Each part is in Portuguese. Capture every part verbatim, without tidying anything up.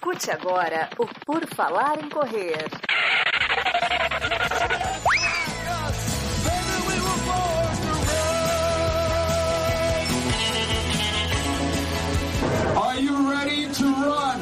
Escute agora o Por Falar em Correr. Are you ready to run?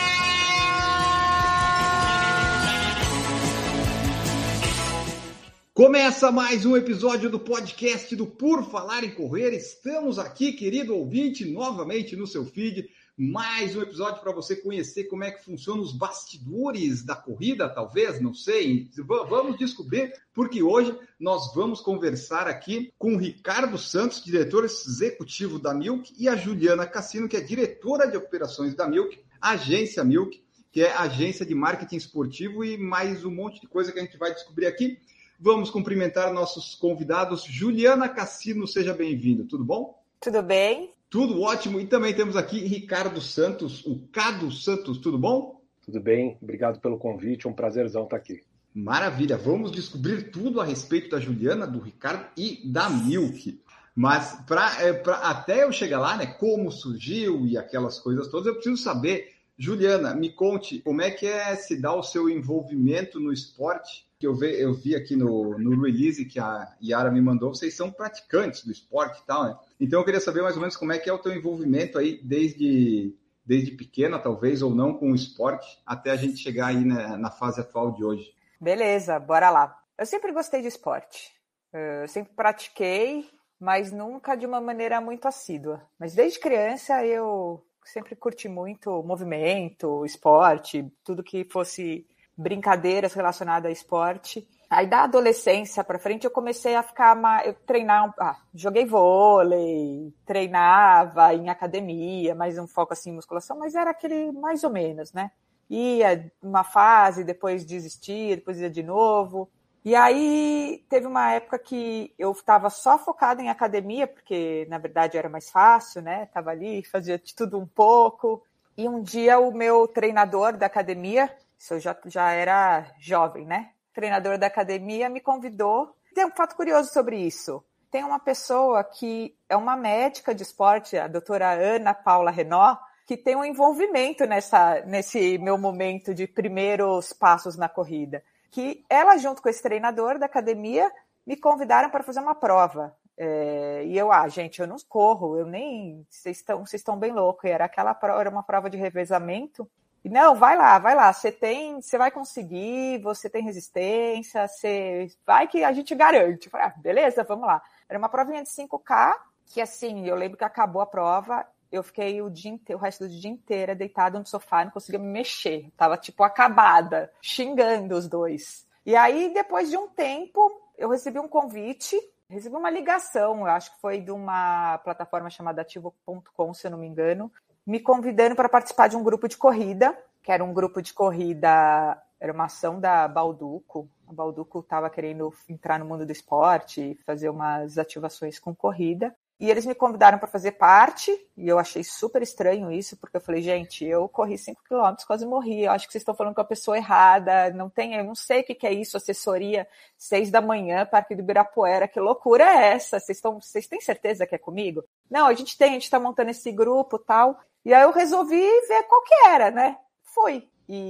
Começa mais um episódio do podcast do Por Falar em Correr. Estamos aqui, querido ouvinte, novamente no seu feed. Mais um episódio para você conhecer como é que funcionam os bastidores da corrida, talvez, não sei. Vamos descobrir, porque hoje nós vamos conversar aqui com o Ricardo Santos, diretor executivo da Milk, e a Juliana Cassino, que é diretora de operações da Milk, agência Milk, que é agência de marketing esportivo, e mais um monte de coisa que a gente vai descobrir aqui. Vamos cumprimentar nossos convidados. Juliana Cassino, seja bem-vinda. Tudo bom? Tudo bem? Tudo ótimo. E também temos aqui Ricardo Santos, o Cado Santos. Tudo bom? Tudo bem. Obrigado pelo convite. É um prazerzão estar aqui. Maravilha. Vamos descobrir tudo a respeito da Juliana, do Ricardo e da Milk. Mas pra, é, pra, até eu chegar lá, né, como surgiu e aquelas coisas todas, eu preciso saber, Juliana, me conte como é que é se dar o seu envolvimento no esporte. Que eu vi, eu vi aqui no, no release que a Yara me mandou, vocês são praticantes do esporte e tal, né? Então eu queria saber mais ou menos como é que é o teu envolvimento aí desde, desde pequena, talvez, ou não, com o esporte, até a gente chegar aí na, na fase atual de hoje. Beleza, bora lá. Eu sempre gostei de esporte. Eu sempre pratiquei, mas nunca de uma maneira muito assídua. Mas desde criança eu sempre curti muito movimento, esporte, tudo que fosse brincadeiras relacionadas a esporte. Aí da adolescência para frente eu comecei a ficar mais, eu treinar, ah, joguei vôlei, treinava em academia, mais um foco assim em musculação, mas era aquele mais ou menos, né? Ia uma fase, depois desistia, depois ia de novo. E aí teve uma época que eu estava só focada em academia, porque na verdade era mais fácil, né? Tava ali, fazia de tudo um pouco. E um dia o meu treinador da academia, isso eu já, já era jovem, né? O treinador da academia me convidou. Tem um fato curioso sobre isso. Tem uma pessoa que é uma médica de esporte, a doutora Ana Paula Renault, que tem um envolvimento nessa, nesse meu momento de primeiros passos na corrida. Que ela, junto com esse treinador da academia, me convidaram para fazer uma prova. É, e eu, ah, gente, eu não corro, eu nem... Vocês estão, vocês estão bem loucos. E era, aquela, era uma prova de revezamento. E não, vai lá, vai lá, você tem, você vai conseguir, você tem resistência, você vai que a gente garante. Eu falei, ah, beleza, vamos lá. Era uma provinha de cinco K, que assim, eu lembro que acabou a prova, eu fiquei o dia inteiro, o resto do dia inteiro deitada no sofá, não conseguia me mexer. Tava, tipo, acabada, xingando os dois. E aí, depois de um tempo, eu recebi um convite, recebi uma ligação, eu acho que foi de uma plataforma chamada ativo ponto com, se eu não me engano, me convidando para participar de um grupo de corrida, que era um grupo de corrida, era uma ação da Balduco. A Balduco estava querendo entrar no mundo do esporte, fazer umas ativações com corrida. E eles me convidaram para fazer parte, e eu achei super estranho isso, porque eu falei, gente, eu corri cinco quilômetros, quase morri, eu acho que vocês estão falando com a pessoa errada, não tem, eu não sei o que, que é isso, assessoria, seis da manhã, Parque do Ibirapuera, que loucura é essa? Vocês, estão, vocês têm certeza que é comigo? Não, a gente tem, a gente está montando esse grupo e tal, e aí eu resolvi ver qual que era, né? Fui.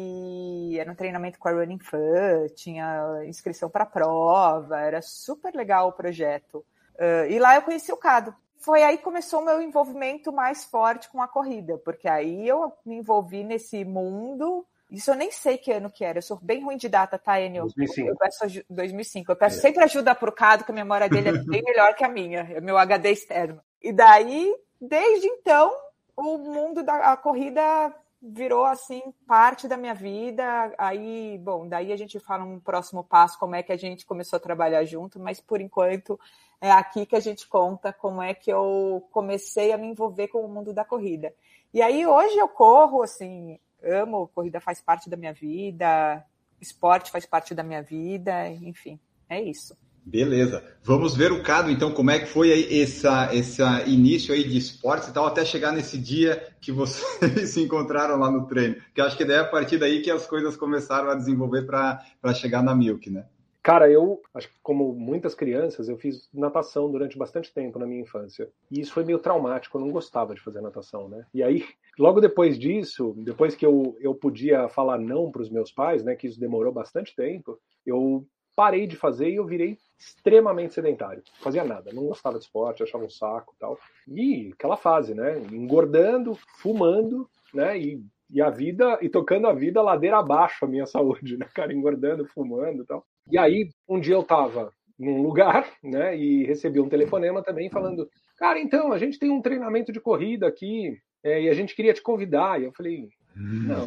E era um treinamento com a Running Fun, tinha inscrição para prova, era super legal o projeto. Uh, e lá eu conheci o Cado. Foi aí que começou o meu envolvimento mais forte com a corrida, porque aí eu me envolvi nesse mundo. Isso eu nem sei que ano que era, eu sou bem ruim de data, tá, Enio? dois mil e cinco. Eu peço dois mil e cinco. Eu peço é. sempre ajuda pro Cado, que a memória dele é bem melhor que a minha, é meu H D externo. E daí, desde então, o mundo da corrida virou, assim, parte da minha vida. Aí, bom, daí a gente fala um próximo passo, como é que a gente começou a trabalhar junto, mas por enquanto é aqui que a gente conta como é que eu comecei a me envolver com o mundo da corrida. E aí hoje eu corro, assim, amo, corrida faz parte da minha vida, esporte faz parte da minha vida, enfim, é isso. Beleza. Vamos ver o Cado, então, como é que foi aí essa, esse início aí de esportes e tal, até chegar nesse dia que vocês se encontraram lá no treino. Que acho que daí é a partir daí que as coisas começaram a desenvolver para chegar na Milk, né? Cara, eu, acho que como muitas crianças, eu fiz natação durante bastante tempo na minha infância. E isso foi meio traumático, eu não gostava de fazer natação, né? E aí, logo depois disso, depois que eu, eu podia falar não para os meus pais, né, que isso demorou bastante tempo, eu parei de fazer e eu virei extremamente sedentário. Não fazia nada, não gostava de esporte, achava um saco e tal. E aquela fase, né? Engordando, fumando, né? E, e a vida, e tocando a vida ladeira abaixo a minha saúde, né, cara? Engordando, fumando e tal. E aí, um dia eu tava num lugar, né? E recebi um telefonema também falando, cara, então, a gente tem um treinamento de corrida aqui, é, e a gente queria te convidar. E eu falei, não,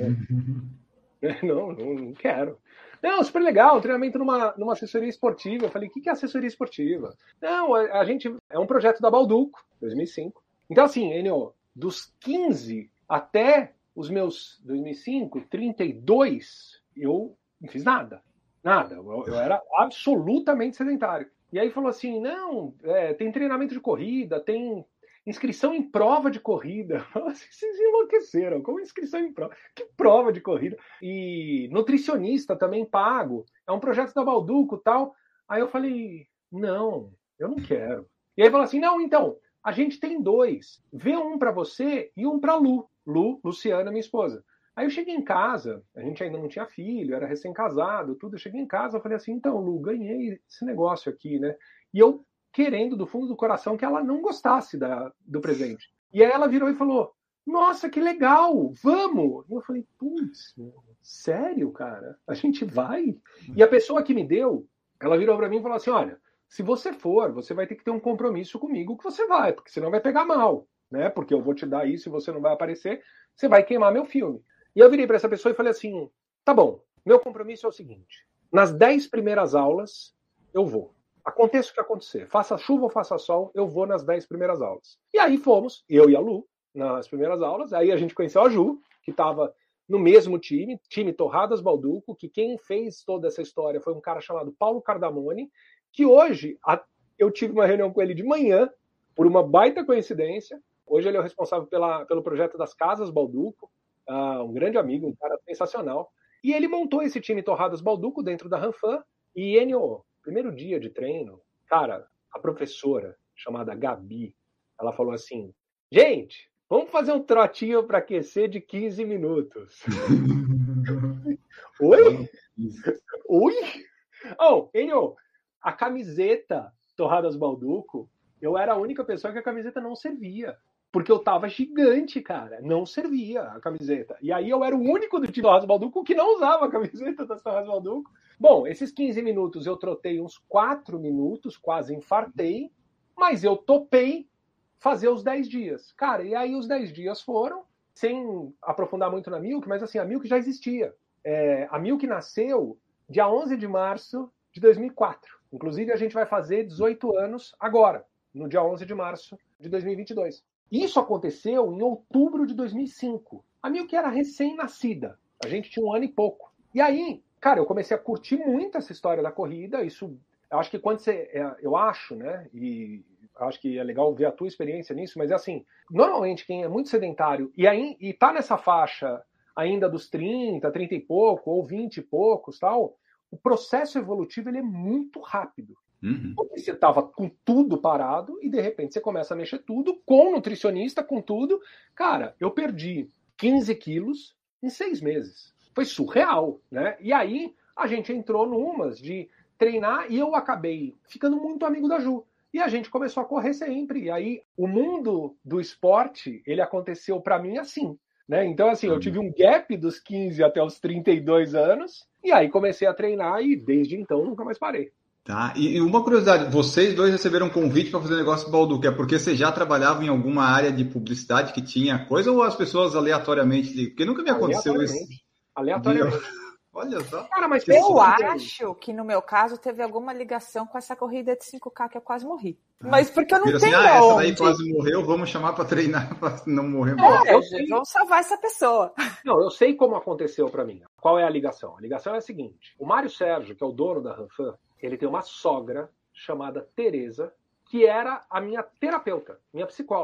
não, não, não quero. Não, super legal, um treinamento numa, numa assessoria esportiva. Eu falei, o que, que é assessoria esportiva? Não, a, a gente... É um projeto da Balduco, dois mil e cinco. Então, assim, Enio, dos quinze até os meus dois mil e cinco, trinta e dois, eu não fiz nada. Nada. Eu, eu era absolutamente sedentário. E aí falou assim, não, é, tem treinamento de corrida, tem inscrição em prova de corrida. Vocês enlouqueceram. Como inscrição em prova? Que prova de corrida? E nutricionista também pago. É um projeto da Balduco e tal. Aí eu falei, não, eu não quero. E aí falou assim, não, então, a gente tem dois. Vê um para você e um para Lu. Lu, Luciana, minha esposa. Aí eu cheguei em casa, a gente ainda não tinha filho, era recém-casado, tudo. Eu cheguei em casa, eu falei assim, então, Lu, ganhei esse negócio aqui, né? E eu querendo do fundo do coração que ela não gostasse da, do presente. E aí ela virou e falou, nossa, que legal, vamos! E eu falei, putz, sério, cara? A gente vai? E a pessoa que me deu, ela virou pra mim e falou assim, olha, se você for, você vai ter que ter um compromisso comigo que você vai, porque senão vai pegar mal, né? Porque eu vou te dar isso e você não vai aparecer, você vai queimar meu filme. E eu virei pra essa pessoa e falei assim, tá bom, meu compromisso é o seguinte, nas dez primeiras aulas, eu vou. Aconteça o que acontecer, faça chuva ou faça sol, eu vou nas dez primeiras aulas. E aí fomos, eu e a Lu, nas primeiras aulas. Aí a gente conheceu a Ju, que estava no mesmo time, time Torradas Balduco, que quem fez toda essa história foi um cara chamado Paulo Cardamone, que hoje, a, eu tive uma reunião com ele de manhã, por uma baita coincidência. Hoje ele é o responsável pela, pelo projeto das Casas Balduco, uh, um grande amigo, um cara sensacional. E ele montou esse time Torradas Balduco dentro da Ranfan, e Enio, primeiro dia de treino, cara, a professora, chamada Gabi, ela falou assim, gente, vamos fazer um trotinho para aquecer de quinze minutos. Oi? Oi? Oh, Enio, a camiseta Torradas Balduco, eu era a única pessoa que a camiseta não servia. Porque eu tava gigante, cara. Não servia a camiseta. E aí eu era o único do time Torradas Balduco que não usava a camiseta das Torradas Balduco. Bom, esses quinze minutos eu trotei uns quatro minutos, quase infartei, mas eu topei fazer os dez dias. Cara, e aí os dez dias foram, sem aprofundar muito na Milk, mas assim, a Milk já existia. É, a Milk nasceu dia onze de março de dois mil e quatro. Inclusive, a gente vai fazer dezoito anos agora, no dia onze de março de dois mil e vinte e dois. Isso aconteceu em outubro de dois mil e cinco. A Milk era recém-nascida. A gente tinha um ano e pouco. E aí, cara, eu comecei a curtir muito essa história da corrida. Isso, eu acho que quando você... Eu acho, né? E acho que é legal ver a tua experiência nisso, mas é assim, normalmente quem é muito sedentário e, aí, e tá nessa faixa ainda dos trinta, trinta e pouco, ou vinte e poucos, tal, o processo evolutivo ele é muito rápido. Uhum. Porque você estava com tudo parado e de repente você começa a mexer tudo, com nutricionista, com tudo. Cara, eu perdi quinze quilos em seis meses. Foi surreal, né? E aí a gente entrou numas de treinar e eu acabei ficando muito amigo da Ju. E a gente começou a correr sempre. E aí o mundo do esporte, ele aconteceu para mim assim, né? Então assim, eu tive um gap dos quinze até os trinta e dois anos e aí comecei a treinar e desde então nunca mais parei. Tá, e uma curiosidade, vocês dois receberam um convite para fazer um negócio do Balduco, é porque vocês já trabalhavam em alguma área de publicidade que tinha coisa ou as pessoas aleatoriamente, porque nunca me aconteceu isso. Aleatoriamente. Olha só. Cara, mas eu acho que no meu caso teve alguma ligação com essa corrida de cinco K que eu quase morri. Ah, mas porque eu não tenho assim, ah, onde. Essa daí quase morreu, vamos chamar para treinar para não morrer. É, eu sei. Vamos salvar essa pessoa. Não, eu sei como aconteceu para mim. Qual é a ligação? A ligação é a seguinte. O Mário Sérgio, que é o dono da Ranfan, ele tem uma sogra chamada Tereza, que era a minha terapeuta, minha psicóloga.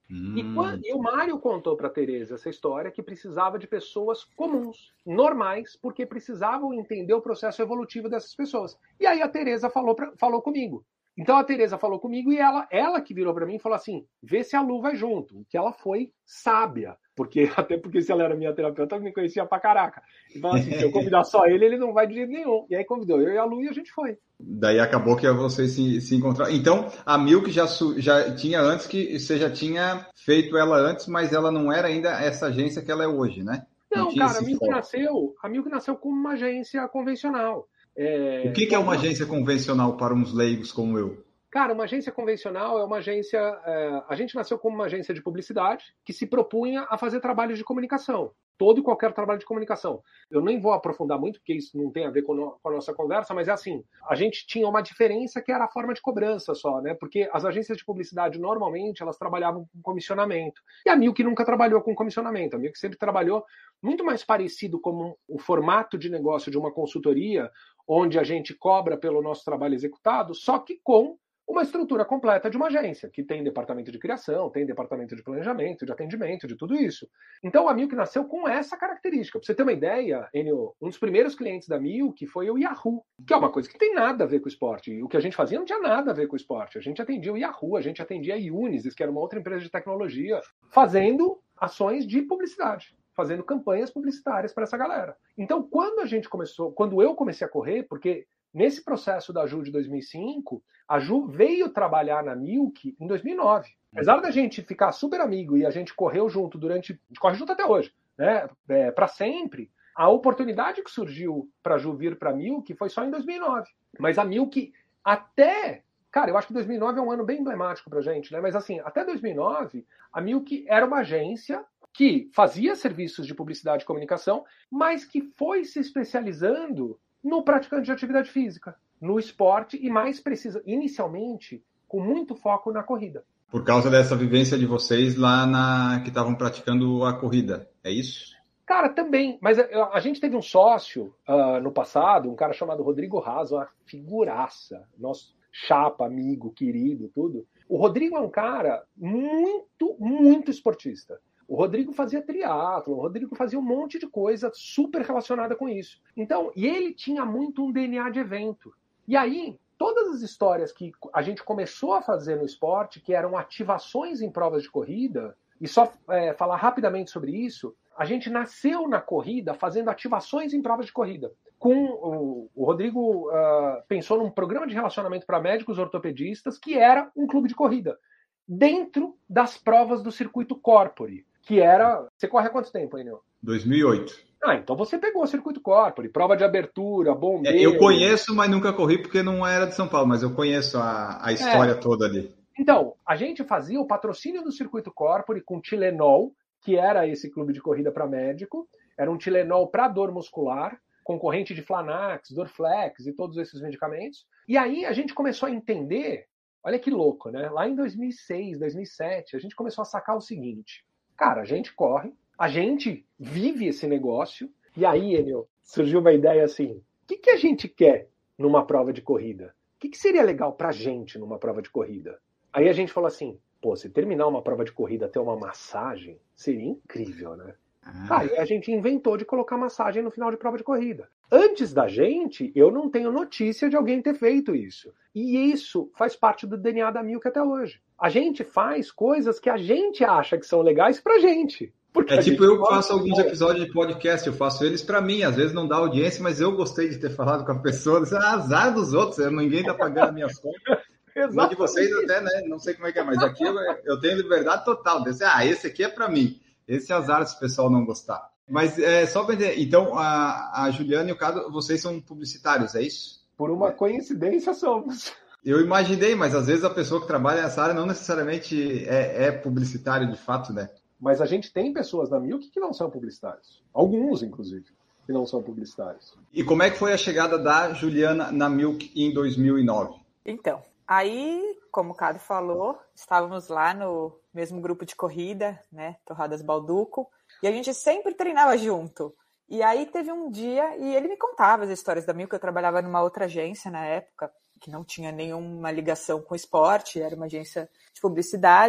Hum. E, quando, e o Mário contou para a Tereza essa história que precisava de pessoas comuns, normais, porque precisavam entender o processo evolutivo dessas pessoas. E aí a Tereza falou, pra, falou comigo. Então a Tereza falou comigo e ela, ela que virou para mim e falou assim, vê se a Lu vai junto. Que ela foi sábia. Porque, até porque se ela era minha terapeuta, ela me conhecia pra caraca. E falou assim, se eu convidar só ele, ele não vai de jeito nenhum. E aí convidou eu e a Lu e a gente foi. Daí acabou que vocês se, se encontraram. Então, a Milk já, já tinha antes que você já tinha feito ela antes, mas ela não era ainda essa agência que ela é hoje, né? Não, não cara, a Milk nasceu, a Milk nasceu como uma agência convencional. É... O que, que é uma agência convencional para uns leigos como eu? Cara, uma agência convencional é uma agência... É, a gente nasceu como uma agência de publicidade que se propunha a fazer trabalhos de comunicação. Todo e qualquer trabalho de comunicação. Eu nem vou aprofundar muito, porque isso não tem a ver com, no, com a nossa conversa, mas é assim, a gente tinha uma diferença que era a forma de cobrança só, né? Porque as agências de publicidade, normalmente, elas trabalhavam com comissionamento. E a Milk nunca trabalhou com comissionamento. A Milk sempre trabalhou muito mais parecido como o formato de negócio de uma consultoria, onde a gente cobra pelo nosso trabalho executado, só que com uma estrutura completa de uma agência, que tem departamento de criação, tem departamento de planejamento, de atendimento, de tudo isso. Então a Milk nasceu com essa característica. Para você ter uma ideia, Enio, um dos primeiros clientes da Milk foi o Yahoo, que é uma coisa que não tem nada a ver com o esporte. E o que a gente fazia não tinha nada a ver com o esporte. A gente atendia o Yahoo, a gente atendia a Unisys, que era uma outra empresa de tecnologia, fazendo ações de publicidade, fazendo campanhas publicitárias para essa galera. Então, quando a gente começou, quando eu comecei a correr, porque nesse processo da Ju de dois mil e cinco, a Ju veio trabalhar na Milk em dois mil e nove. Apesar da gente ficar super amigo e a gente correu junto durante... A gente corre junto até hoje, né? É, para sempre. A oportunidade que surgiu para a Ju vir para a Milk foi só em dois mil e nove. Mas a Milk até... Cara, eu acho que dois mil e nove é um ano bem emblemático para a gente, né? Mas assim, até dois mil e nove, a Milk era uma agência que fazia serviços de publicidade e comunicação, mas que foi se especializando no praticante de atividade física, no esporte e mais precisa, inicialmente, com muito foco na corrida. Por causa dessa vivência de vocês lá na que estavam praticando a corrida, é isso? Cara, também, mas a, a gente teve um sócio uh, no passado, um cara chamado Rodrigo Raso, uma figuraça, nosso chapa, amigo, querido, tudo. O Rodrigo é um cara muito, muito esportista. O Rodrigo fazia triatlo, o Rodrigo fazia um monte de coisa super relacionada com isso. Então, e ele tinha muito um D N A de evento. E aí, todas as histórias que a gente começou a fazer no esporte, que eram ativações em provas de corrida, e só é, falar rapidamente sobre isso, a gente nasceu na corrida fazendo ativações em provas de corrida. Com o, o Rodrigo uh, pensou num programa de relacionamento para médicos ortopedistas, que era um clube de corrida, dentro das provas do circuito Corpore. Que era... Você corre há quanto tempo, Enio? dois mil e oito. Ah, então você pegou o circuito Corpore, prova de abertura, bombeiro... É, eu conheço, mas nunca corri porque não era de São Paulo, mas eu conheço a, a história é. toda ali. Então, a gente fazia o patrocínio do circuito Corpore com Tilenol, que era esse clube de corrida para médico, era um Tilenol para dor muscular, concorrente de Flanax, Dorflex e todos esses medicamentos. E aí a gente começou a entender, olha que louco, né? Lá em dois mil e seis, dois mil e sete, a gente começou a sacar o seguinte... Cara, a gente corre, a gente vive esse negócio, e aí, Enio, surgiu uma ideia assim, o que, que a gente quer numa prova de corrida? O que, que seria legal pra gente numa prova de corrida? Aí a gente falou assim, pô, se terminar uma prova de corrida ter uma massagem, seria incrível, né? Ah. Aí a gente inventou de colocar massagem no final de prova de corrida. Antes da gente, eu não tenho notícia de alguém ter feito isso. E isso faz parte do D N A da Milk até hoje. A gente faz coisas que a gente acha que são legais pra gente. É tipo eu faço alguns episódios de podcast, eu faço eles pra mim, às vezes não dá audiência, mas eu gostei de ter falado com a pessoa, ah, azar dos outros, ninguém tá pagando minhas contas. Exato. De vocês até, né, não sei como é que é, mas aqui eu, eu tenho liberdade total. Desse, ah, esse aqui é pra mim. Esse é azar se o pessoal não gostar. Mas é só para entender, então a, a Juliana e o Cado, vocês são publicitários, é isso? Por uma coincidência somos. Eu imaginei, mas às vezes a pessoa que trabalha nessa área não necessariamente é, é publicitário de fato, né? Mas a gente tem pessoas na Milk que não são publicitários. Alguns, inclusive, que não são publicitários. E como é que foi a chegada da Juliana na Milk em dois mil e nove? Então, aí, como o Cado falou, estávamos lá no mesmo grupo de corrida, né, Torradas Balduco, e a gente sempre treinava junto. E aí teve um dia, e ele me contava as histórias da Milk, eu trabalhava numa outra agência na época, que não tinha nenhuma ligação com esporte, era uma agência de publicidade,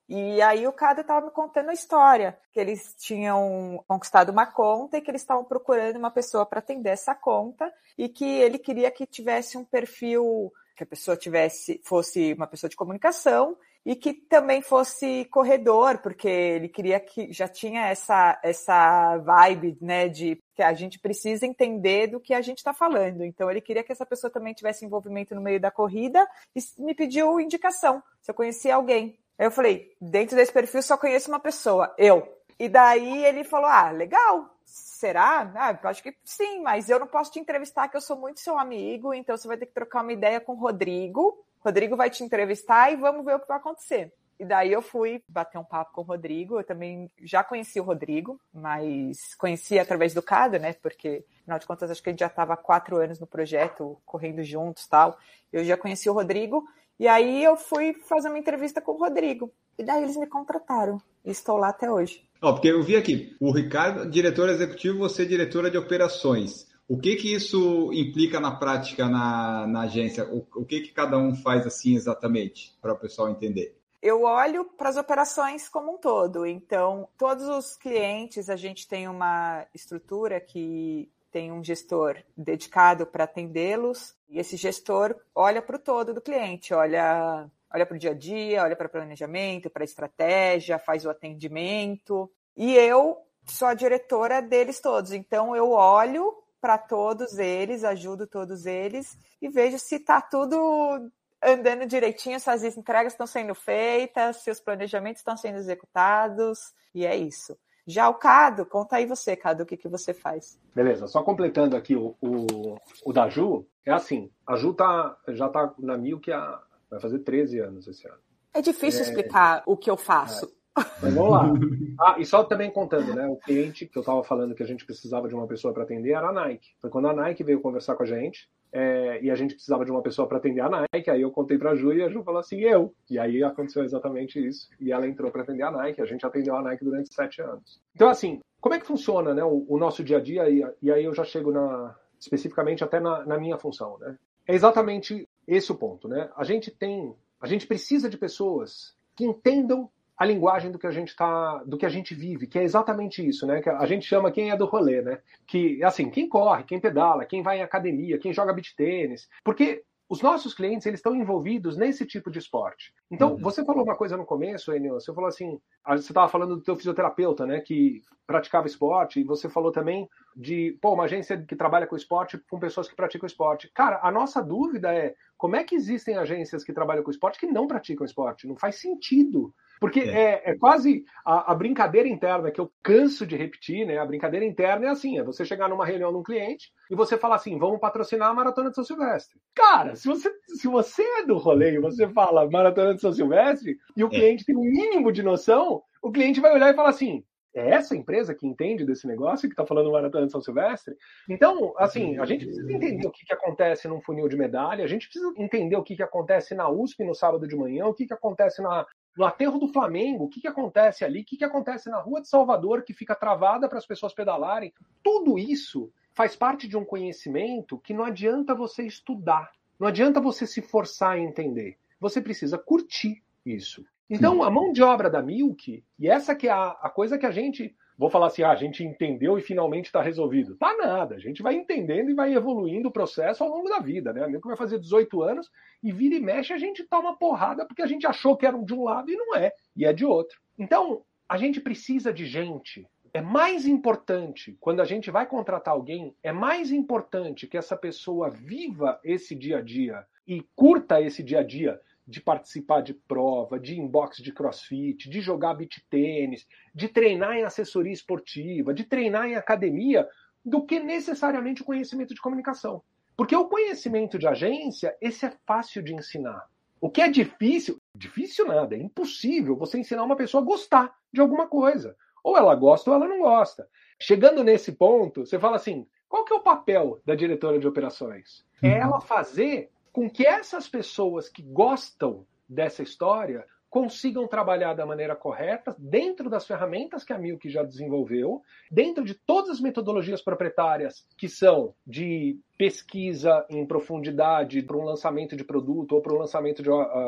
E aí o Cado estava me contando a história, que eles tinham conquistado uma conta e que eles estavam procurando uma pessoa para atender essa conta e que ele queria que tivesse um perfil, que a pessoa tivesse, fosse uma pessoa de comunicação e que também fosse corredor, porque ele queria que já tinha essa, essa vibe, né, de que a gente precisa entender do que a gente está falando. Então ele queria que essa pessoa também tivesse envolvimento no meio da corrida e me pediu indicação, se eu conhecia alguém. Aí eu falei, dentro desse perfil só conheço uma pessoa, eu. E daí ele falou, ah, legal, será? Ah, eu acho que sim, mas eu não posso te entrevistar, que eu sou muito seu amigo, então você vai ter que trocar uma ideia com o Rodrigo. Rodrigo vai te entrevistar e vamos ver o que vai acontecer. E daí eu fui bater um papo com o Rodrigo, eu também já conheci o Rodrigo, mas conheci através do Cado, né, porque, afinal de contas, acho que a gente já estava há quatro anos no projeto, correndo juntos e tal. Eu já conheci o Rodrigo, e aí eu fui fazer uma entrevista com o Rodrigo. E daí eles me contrataram, e estou lá até hoje. Ó, porque eu vi aqui, o Ricardo, diretor executivo, você diretora de operações. O que que isso implica na prática na, na agência? O, o que que cada um faz assim exatamente, para o pessoal entender? Eu olho para as operações como um todo. Então, todos os clientes, a gente tem uma estrutura que tem um gestor dedicado para atendê-los. E esse gestor olha para o todo do cliente, olha, olha para o dia a dia, olha para o planejamento, para a estratégia, faz o atendimento. E eu sou a diretora deles todos. Então, eu olho para todos eles, ajudo todos eles e vejo se está tudo andando direitinho, se as entregas estão sendo feitas, se os planejamentos estão sendo executados, e é isso. Já o Cado, conta aí você, Cado, o que, que você faz. Beleza, só completando aqui o, o, o da Ju, é assim, a Ju tá, já está na Milk há, vai fazer treze anos esse ano. É difícil é... explicar o que eu faço. É. Mas vamos lá. Ah, e só também contando, né? O cliente que eu estava falando que a gente precisava de uma pessoa para atender era a Nike. Foi quando a Nike veio conversar com a gente é, e a gente precisava de uma pessoa para atender a Nike. Aí eu contei para a Ju e a Ju falou assim, eu. E aí aconteceu exatamente isso. E ela entrou para atender a Nike. A gente atendeu a Nike durante sete anos. Então, assim, como é que funciona, né, o, o nosso dia a dia? E, e aí eu já chego na, especificamente até na, na minha função, né? É exatamente esse o ponto, né? A gente tem, a gente precisa de pessoas que entendam a linguagem do que a gente tá, do que a gente vive, que é exatamente isso, né? Que a gente chama quem é do rolê, né? Que, assim, quem corre, quem pedala, quem vai em academia, quem joga beach tênis, porque os nossos clientes, eles estão envolvidos nesse tipo de esporte. Então, uhum. Você falou uma coisa no começo, Enio, você falou assim, você estava falando do teu fisioterapeuta, né, que praticava esporte, e você falou também de, pô, uma agência que trabalha com esporte com pessoas que praticam esporte. Cara, a nossa dúvida é, como é que existem agências que trabalham com esporte que não praticam esporte? Não faz sentido. Porque é, é, é quase a, a brincadeira interna que eu canso de repetir, né? A brincadeira interna é assim, é você chegar numa reunião de um cliente e você falar assim, vamos patrocinar a Maratona de São Silvestre. Cara, se você, se você é do rolê e você fala Maratona de São Silvestre e o cliente é. tem um mínimo de noção, o cliente vai olhar e falar assim, é essa empresa que entende desse negócio que está falando Maratona de São Silvestre? Então, assim, a gente precisa entender o que, que acontece num funil de medalha, a gente precisa entender o que, que acontece na U S P no sábado de manhã, o que, que acontece na, no aterro do Flamengo, o que, que acontece ali, o que, que acontece na Rua de Salvador, que fica travada para as pessoas pedalarem. Tudo isso faz parte de um conhecimento que não adianta você estudar, não adianta você se forçar a entender. Você precisa curtir isso. Então, a mão de obra da Milk, e essa que é a, a coisa que a gente, vou falar assim, ah, a gente entendeu e finalmente está resolvido. Tá nada, a gente vai entendendo e vai evoluindo o processo ao longo da vida, né? A Milk vai fazer dezoito anos e vira e mexe a gente toma porrada porque a gente achou que era de um lado e não é, e é de outro. Então, a gente precisa de gente. É mais importante, quando a gente vai contratar alguém, é mais importante que essa pessoa viva esse dia a dia e curta esse dia a dia de participar de prova, de inbox de crossfit, de jogar beach tênis, de treinar em assessoria esportiva, de treinar em academia, do que necessariamente o conhecimento de comunicação. Porque o conhecimento de agência, esse é fácil de ensinar. O que é difícil, difícil nada, é impossível você ensinar uma pessoa a gostar de alguma coisa. Ou ela gosta ou ela não gosta. Chegando nesse ponto, você fala assim, qual que é o papel da diretora de operações? É ela fazer com que essas pessoas que gostam dessa história consigam trabalhar da maneira correta, dentro das ferramentas que a Milk já desenvolveu, dentro de todas as metodologias proprietárias que são de pesquisa em profundidade para um lançamento de produto ou para um lançamento de, uh,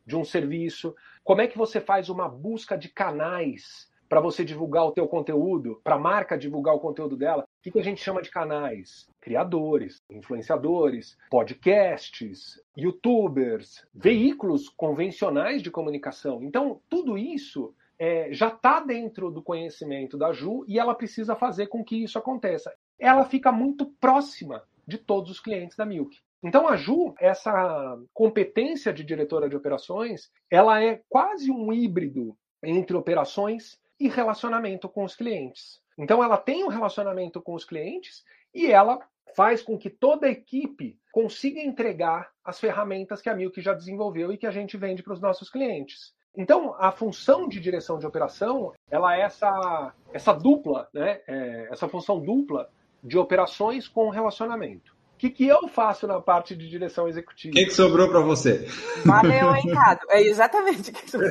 de um serviço? Como é que você faz uma busca de canais para você divulgar o teu conteúdo, para a marca divulgar o conteúdo dela? O que, que a gente chama de canais? Criadores, influenciadores, podcasts, youtubers, veículos convencionais de comunicação. Então, tudo isso é, já está dentro do conhecimento da Ju e ela precisa fazer com que isso aconteça. Ela fica muito próxima de todos os clientes da Milk. Então, a Ju, essa competência de diretora de operações, ela é quase um híbrido entre operações e relacionamento com os clientes. Então, ela tem um relacionamento com os clientes e ela faz com que toda a equipe consiga entregar as ferramentas que a Milk já desenvolveu e que a gente vende para os nossos clientes. Então, a função de direção de operação, ela é essa, essa dupla, né? É, essa função dupla de operações com relacionamento. O que, que eu faço na parte de direção executiva? O que, que sobrou para você? Valeu, hein, Cado? É exatamente o que sobrou.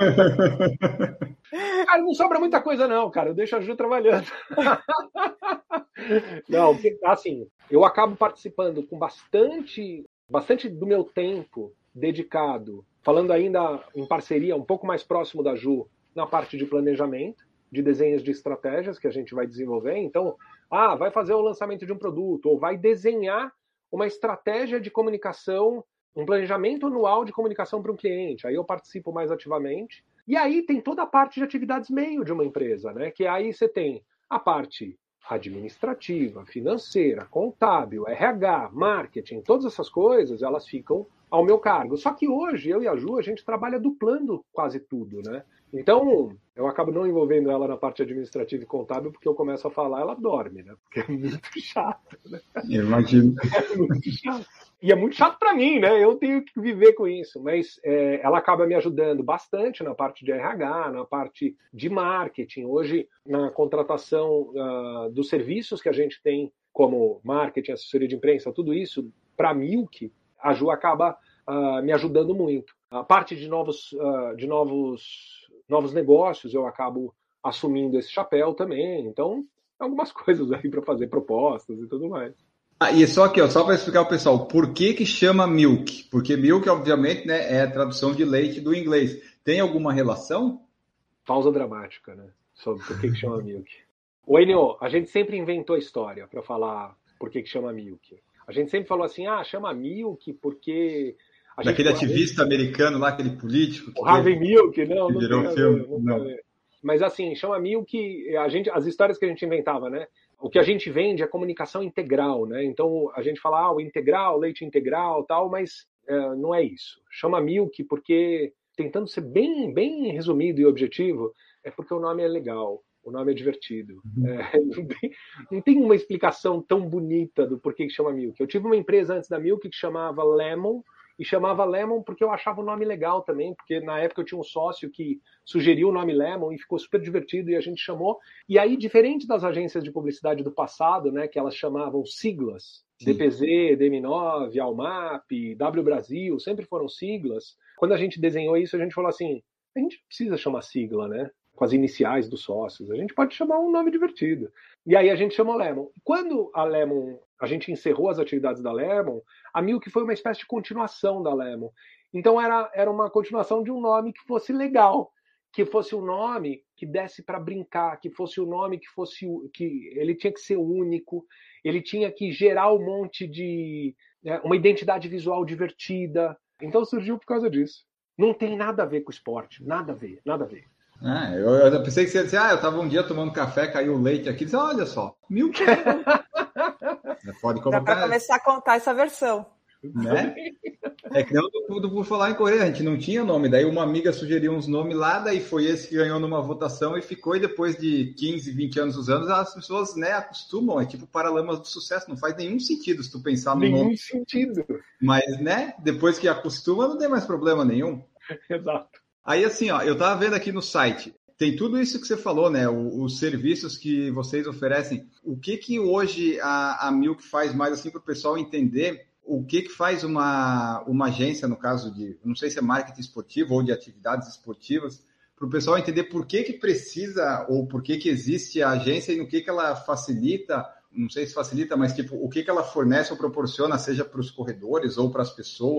Cara, não sobra muita coisa não, cara. Eu deixo a Ju trabalhando. Não, assim, eu acabo participando com bastante, bastante do meu tempo dedicado, falando ainda em parceria, um pouco mais próximo da Ju, na parte de planejamento, de desenhos de estratégias que a gente vai desenvolver. Então, ah, vai fazer o lançamento de um produto, ou vai desenhar uma estratégia de comunicação, um planejamento anual de comunicação para um cliente. Aí eu participo mais ativamente. E aí tem toda a parte de atividades meio de uma empresa, né? Que aí você tem a parte administrativa, financeira, contábil, R H, marketing, todas essas coisas, elas ficam ao meu cargo. Só que hoje, eu e a Ju, a gente trabalha duplando quase tudo, né? Então, eu acabo não envolvendo ela na parte administrativa e contábil, porque eu começo a falar, ela dorme, né? Porque é muito chato, né? Eu imagino. É muito chato. E é muito chato para mim, né? Eu tenho que viver com isso. Mas é, ela acaba me ajudando bastante na parte de R H, na parte de marketing. Hoje, na contratação uh, dos serviços que a gente tem, como marketing, assessoria de imprensa, tudo isso, para a Milk, a Ju acaba uh, me ajudando muito. A parte de novos, uh, de novos, novos negócios, eu acabo assumindo esse chapéu também. Então, algumas coisas aí para fazer propostas e tudo mais. Ah, e só aqui, ó, só para explicar ao pessoal, por que que chama Milk? Porque Milk, obviamente, né, é a tradução de leite do inglês. Tem alguma relação? Pausa dramática, né? Sobre por que que chama Milk. O Enio, a gente sempre inventou história para falar por que que chama Milk. A gente sempre falou assim, ah, chama Milk porque... A Daquele gente... ativista americano lá, aquele político. O Harvey Milk, não, que não virou tem filme. ver, não Não. tem. Mas assim, chama Milk, a gente, as histórias que a gente inventava, né? O que a gente vende é comunicação integral, né? Então a gente fala, ah, o integral, leite integral, tal, mas é, não é isso. Chama Milk porque, tentando ser bem, bem resumido e objetivo, é porque o nome é legal, o nome é divertido. Uhum. É, não, tem, não tem uma explicação tão bonita do porquê que chama Milk. Eu tive uma empresa antes da Milk que chamava Lemon, e chamava Lemon porque eu achava o nome legal também, porque na época eu tinha um sócio que sugeriu o nome Lemon e ficou super divertido e a gente chamou. E aí, diferente das agências de publicidade do passado, né, que elas chamavam siglas, Sim. D P Z, D M nove, Almap, W Brasil, sempre foram siglas. Quando a gente desenhou isso, a gente falou assim, a gente não precisa chamar sigla, né, com as iniciais dos sócios, a gente pode chamar um nome divertido. E aí a gente chamou Lemon. Quando a Lemon, a gente encerrou as atividades da Lemon, a Milk foi uma espécie de continuação da Lemon. Então era, era uma continuação de um nome que fosse legal, que fosse um nome que desse para brincar, que fosse um nome que fosse que ele tinha que ser único, ele tinha que gerar um monte de é, uma identidade visual divertida. Então surgiu por causa disso. Não tem nada a ver com esporte, nada a ver, nada a ver. Ah, eu, eu pensei que você ia dizer, ah, eu estava um dia tomando café, caiu o leite aqui, disse, olha só, Milk. Pode colocar. Dá para começar a contar essa versão. Né? É que não do, do Por Falar em Correr, a gente não tinha nome, daí uma amiga sugeriu uns nomes lá, daí foi esse que ganhou numa votação e ficou, e depois de quinze, vinte anos usando, as pessoas, né, acostumam, é tipo Paralamas do Sucesso, não faz nenhum sentido se tu pensar no nenhum nome. Nenhum sentido. Mas, né, depois que acostuma, não tem mais problema nenhum. Exato. Aí, assim, ó, eu tava vendo aqui no site, tem tudo isso que você falou, né? O, os serviços que vocês oferecem. O que que hoje a, a Milk faz mais, assim, para o pessoal entender o que que faz uma, uma agência, no caso de, não sei se é marketing esportivo ou de atividades esportivas, para o pessoal entender por que que precisa ou por que que existe a agência e no que que ela facilita, não sei se facilita, mas tipo, o que que ela fornece ou proporciona, seja para os corredores ou para as pessoas.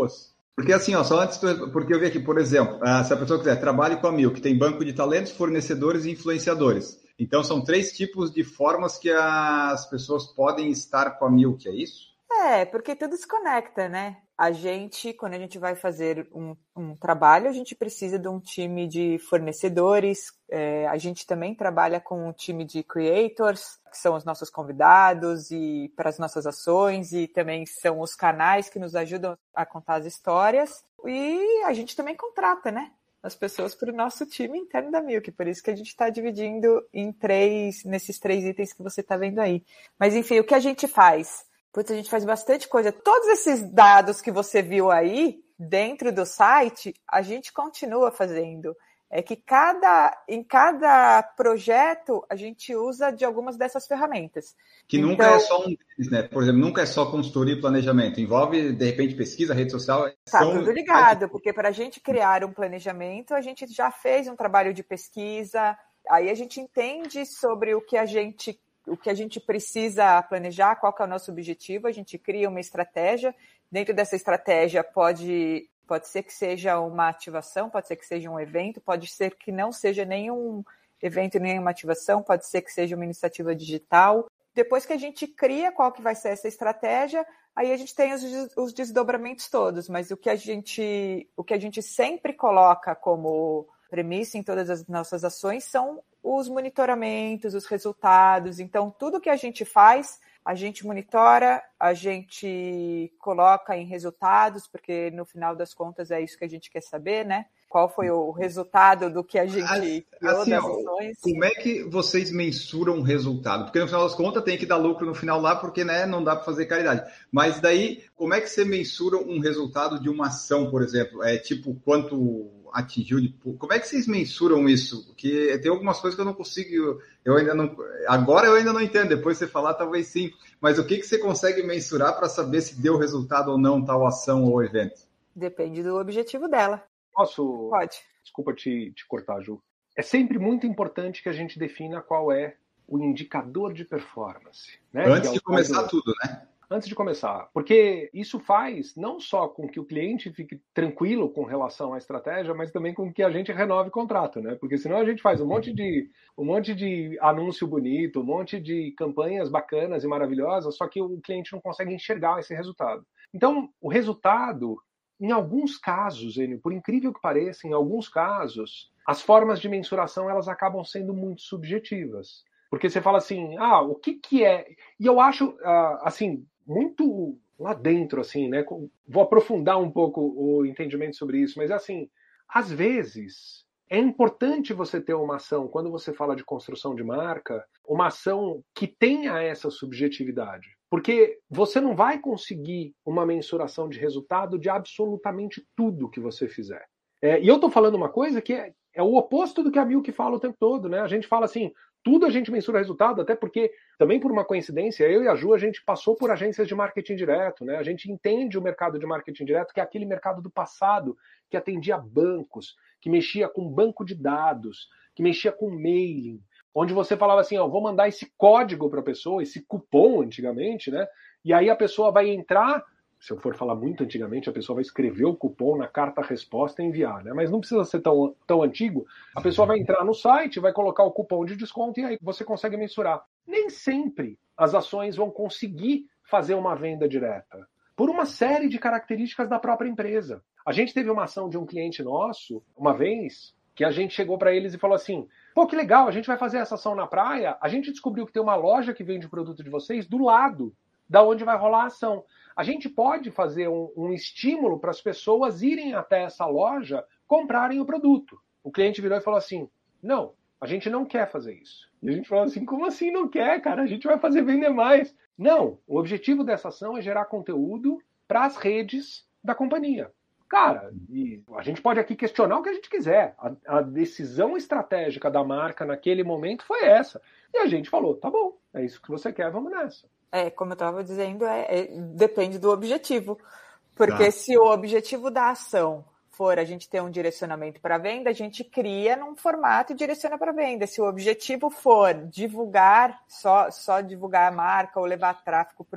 Porque assim, ó, só antes, porque eu vi aqui, por exemplo, se a pessoa quiser, trabalhe com a Milk, tem banco de talentos, fornecedores e influenciadores. Então, são três tipos de formas que as pessoas podem estar com a Milk, é isso? É, porque tudo se conecta, né? A gente, quando a gente vai fazer um, um trabalho, a gente precisa de um time de fornecedores, é, a gente também trabalha com um time de creators, que são os nossos convidados e para as nossas ações, e também são os canais que nos ajudam a contar as histórias, e a gente também contrata, né? As pessoas para o nosso time interno da Milk, por isso que a gente está dividindo em três, nesses três itens que você está vendo aí. Mas enfim, o que a gente faz? Putz, a gente faz bastante coisa. Todos esses dados que você viu aí, dentro do site, a gente continua fazendo. É que cada, em cada projeto, a gente usa de algumas dessas ferramentas. Que então, nunca é só um deles, né? Por exemplo, nunca é só consultoria e planejamento. Envolve, de repente, pesquisa, rede social. Tá são... tudo ligado, porque para a gente criar um planejamento, a gente já fez um trabalho de pesquisa, aí a gente entende sobre o que a gente... o que a gente precisa planejar, qual que é o nosso objetivo, a gente cria uma estratégia, dentro dessa estratégia pode, pode ser que seja uma ativação, pode ser que seja um evento, pode ser que não seja nenhum evento, nenhuma ativação, pode ser que seja uma iniciativa digital. Depois que a gente cria qual que vai ser essa estratégia, aí a gente tem os, os desdobramentos todos, mas o que a gente, o que a gente sempre coloca como premissa em todas as nossas ações são os monitoramentos, os resultados. Então, tudo que a gente faz, a gente monitora, a gente coloca em resultados, porque no final das contas é isso que a gente quer saber, né? Qual foi o resultado do que a gente criou assim, das ó, ações. Como é que vocês mensuram o resultado? Porque no final das contas tem que dar lucro no final lá, porque né, não dá para fazer caridade. Mas daí, como é que você mensura um resultado de uma ação, por exemplo? É tipo, quanto atingiu de... Como é que vocês mensuram isso? Porque tem algumas coisas que eu não consigo, eu ainda não, agora eu ainda não entendo, depois você falar talvez sim, mas o que, que você consegue mensurar para saber se deu resultado ou não tal ação ou evento? Depende do objetivo dela. Posso? Pode. Desculpa te, te cortar, Ju. É sempre muito importante que a gente defina qual é o indicador de performance. Né? Antes é de começar tudo, né? Antes de começar, porque isso faz não só com que o cliente fique tranquilo com relação à estratégia, mas também com que a gente renove o contrato, né? Porque senão a gente faz um monte de, um monte de anúncio bonito, um monte de campanhas bacanas e maravilhosas, só que o cliente não consegue enxergar esse resultado. Então, o resultado, em alguns casos, Enio, por incrível que pareça, em alguns casos, as formas de mensuração elas acabam sendo muito subjetivas. Porque você fala assim, ah, o que que é... E eu acho, assim... muito lá dentro, assim, né? Vou aprofundar um pouco o entendimento sobre isso, mas assim, às vezes é importante você ter uma ação, quando você fala de construção de marca, uma ação que tenha essa subjetividade. Porque você não vai conseguir uma mensuração de resultado de absolutamente tudo que você fizer. É, e eu tô falando uma coisa que é, é o oposto do que a Milk fala o tempo todo, né? A gente fala assim, tudo a gente mensura resultado, até porque, também por uma coincidência, eu e a Ju, a gente passou por agências de marketing direto, né? A gente entende o mercado de marketing direto, que é aquele mercado do passado, que atendia bancos, que mexia com banco de dados, que mexia com mailing, onde você falava assim, ó, vou mandar esse código para a pessoa, esse cupom antigamente, né? E aí a pessoa vai entrar... Se eu for falar muito antigamente, a pessoa vai escrever o cupom na carta-resposta e enviar, né? Mas não precisa ser tão, tão antigo. A pessoa vai entrar no site, vai colocar o cupom de desconto e aí você consegue mensurar. Nem sempre as ações vão conseguir fazer uma venda direta, por uma série de características da própria empresa. A gente teve uma ação de um cliente nosso, uma vez, que a gente chegou para eles e falou assim, pô, que legal, a gente vai fazer essa ação na praia, a gente descobriu que tem uma loja que vende o produto de vocês do lado da onde vai rolar a ação. A gente pode fazer um, um estímulo para as pessoas irem até essa loja, comprarem o produto. O cliente virou e falou assim, não, a gente não quer fazer isso. E a gente falou assim, como assim não quer, cara? A gente vai fazer vender mais. Não, o objetivo dessa ação é gerar conteúdo para as redes da companhia. Cara, e a gente pode aqui questionar o que a gente quiser. A, a decisão estratégica da marca naquele momento foi essa. E a gente falou, tá bom, é isso que você quer, vamos nessa. É, como eu estava dizendo, é, é, depende do objetivo. Porque tá. Se o objetivo da ação for a gente ter um direcionamento para venda, a gente cria num formato e direciona para venda. Se o objetivo for divulgar, só, só divulgar a marca ou levar tráfego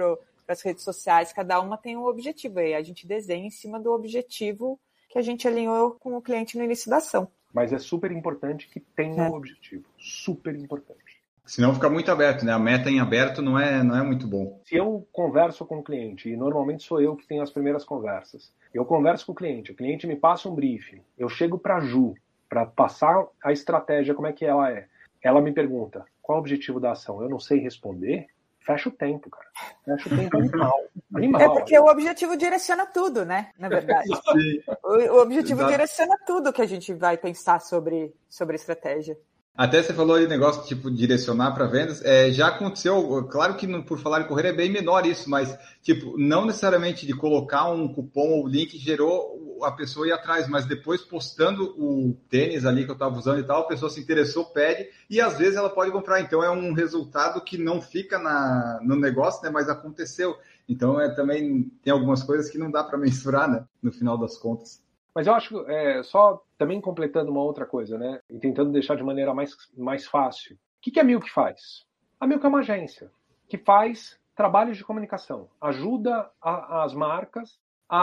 as redes sociais, cada uma tem um objetivo, e a gente desenha em cima do objetivo que a gente alinhou com o cliente no início da ação. Mas é super importante que tenha É. um objetivo. Super importante. Senão fica muito aberto, né? A meta em aberto não é, não é muito bom. Se eu converso com o cliente, e normalmente sou eu que tenho as primeiras conversas, eu converso com o cliente, o cliente me passa um briefing, eu chego para a Ju, para passar a estratégia, como é que ela é. Ela me pergunta, qual é o objetivo da ação? Eu não sei responder, fecha o tempo, cara. Fecha o tempo animal. animal. É porque o objetivo direciona tudo, né? Na verdade. o, o objetivo Exato. direciona tudo que a gente vai pensar sobre, sobre estratégia. Até você falou de negócio tipo direcionar para vendas, é, já aconteceu, claro que no, por falar em correr é bem menor isso, mas tipo, não necessariamente de colocar um cupom ou link gerou a pessoa ir atrás, mas depois postando o tênis ali que eu estava usando e tal, a pessoa se interessou, pede, e às vezes ela pode comprar, então é um resultado que não fica na, no negócio, né, mas aconteceu. Então é, também tem algumas coisas que não dá para mensurar, né, no final das contas. Mas eu acho, é, só também completando uma outra coisa, né? E tentando deixar de maneira mais, mais fácil. O que, que a Milk faz? A Milk é uma agência que faz trabalhos de comunicação. Ajuda a, as marcas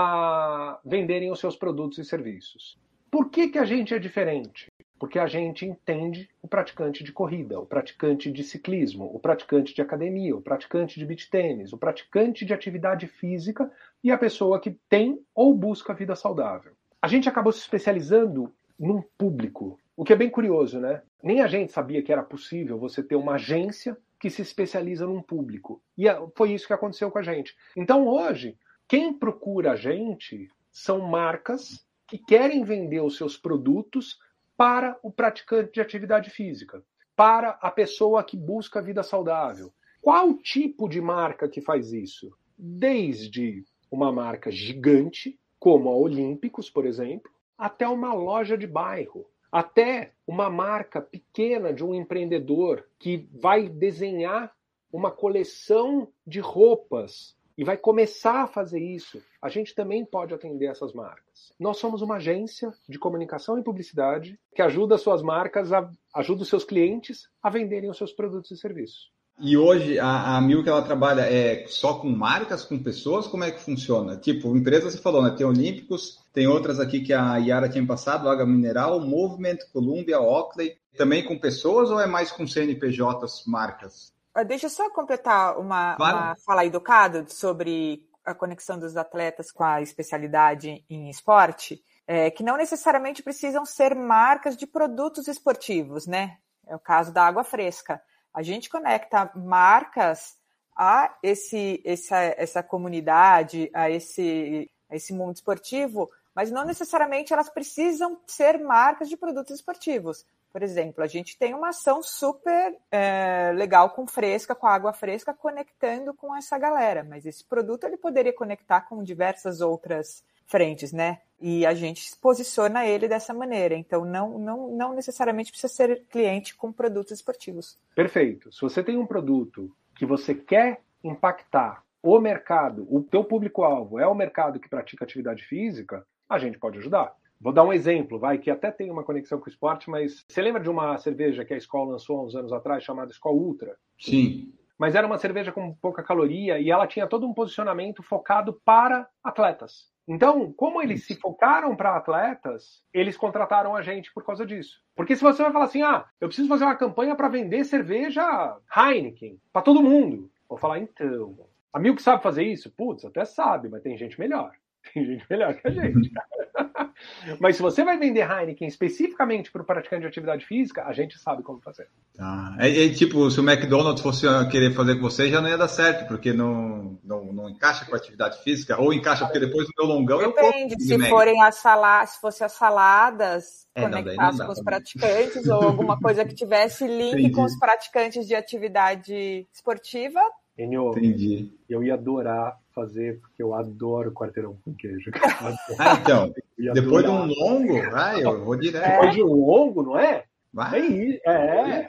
a venderem os seus produtos e serviços. Por que, que a gente é diferente? Porque a gente entende o praticante de corrida, o praticante de ciclismo, o praticante de academia, o praticante de beach tênis, o praticante de atividade física e a pessoa que tem ou busca vida saudável. A gente acabou se especializando num público, o que é bem curioso, né? Nem a gente sabia que era possível você ter uma agência que se especializa num público. E foi isso que aconteceu com a gente. Então hoje, quem procura a gente são marcas que querem vender os seus produtos para o praticante de atividade física, para a pessoa que busca vida saudável. Qual tipo de marca que faz isso? Desde uma marca gigante, como a Olímpicos, por exemplo, até uma loja de bairro, até uma marca pequena de um empreendedor que vai desenhar uma coleção de roupas e vai começar a fazer isso. A gente também pode atender essas marcas. Nós somos uma agência de comunicação e publicidade que ajuda as suas marcas, a, ajuda os seus clientes a venderem os seus produtos e serviços. E hoje a, a Milk, ela trabalha é, só com marcas, com pessoas? Como é que funciona? Tipo, empresa, você falou, né? Tem Olímpicos, tem outras aqui que a Yara tinha passado, Água Mineral, Movement, Columbia, Oakley. Também com pessoas ou é mais com C N P Js, marcas? Deixa eu só completar uma, Claro. uma fala educada sobre a conexão dos atletas com a especialidade em esporte, é, que não necessariamente precisam ser marcas de produtos esportivos, né? É o caso da Água Fresca. A gente conecta marcas a esse, essa, essa comunidade, a esse, a esse mundo esportivo, mas não necessariamente elas precisam ser marcas de produtos esportivos. Por exemplo, a gente tem uma ação super é, legal com Fresca, com a Água Fresca, conectando com essa galera, mas esse produto ele poderia conectar com diversas outras frentes, né? E a gente posiciona ele dessa maneira. Então, não, não, não necessariamente precisa ser cliente com produtos esportivos. Perfeito. Se você tem um produto que você quer impactar o mercado, o teu público-alvo é o mercado que pratica atividade física, a gente pode ajudar. Vou dar um exemplo, vai, que até tem uma conexão com o esporte, mas você lembra de uma cerveja que a Skol lançou há uns anos atrás, chamada Skol Ultra? Sim. Mas era uma cerveja com pouca caloria e ela tinha todo um posicionamento focado para atletas. Então, como eles se focaram para atletas, eles contrataram a gente por causa disso. Porque se você vai falar assim, ah, eu preciso fazer uma campanha para vender cerveja Heineken para todo mundo. Vou falar, então, a Milk sabe fazer isso? Putz, até sabe, mas tem gente melhor. Tem gente melhor que a gente, cara. Mas se você vai vender Heineken especificamente para o praticante de atividade física, a gente sabe como fazer. Tá. É, é tipo, se o McDonald's fosse querer fazer com você, já não ia dar certo, porque não, não, não encaixa com a atividade física, ou encaixa porque depois do meu longão eu como. Depende, se forem as saladas, se fossem as saladas, É, não, daí não conectadas dá com os também. praticantes, ou alguma coisa que tivesse link Entendi. com os praticantes de atividade esportiva. Enio, Entendi. eu ia adorar fazer, porque eu adoro quarteirão com queijo. Ah, então, Ia depois de um adorar. longo, vai, eu vou direto. Depois de um longo, não é? É Vai. isso, é.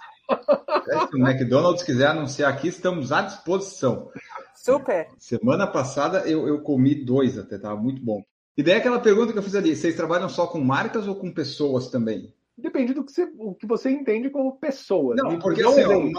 Se o McDonald's quiser anunciar aqui, estamos à disposição. Super. Semana passada eu, eu comi dois até, tava muito bom. E daí aquela pergunta que eu fiz ali, vocês trabalham só com marcas ou com pessoas também? Depende do que você, o que você entende como pessoa. Não, Me porque dá um assim, ó, exemplo. ma-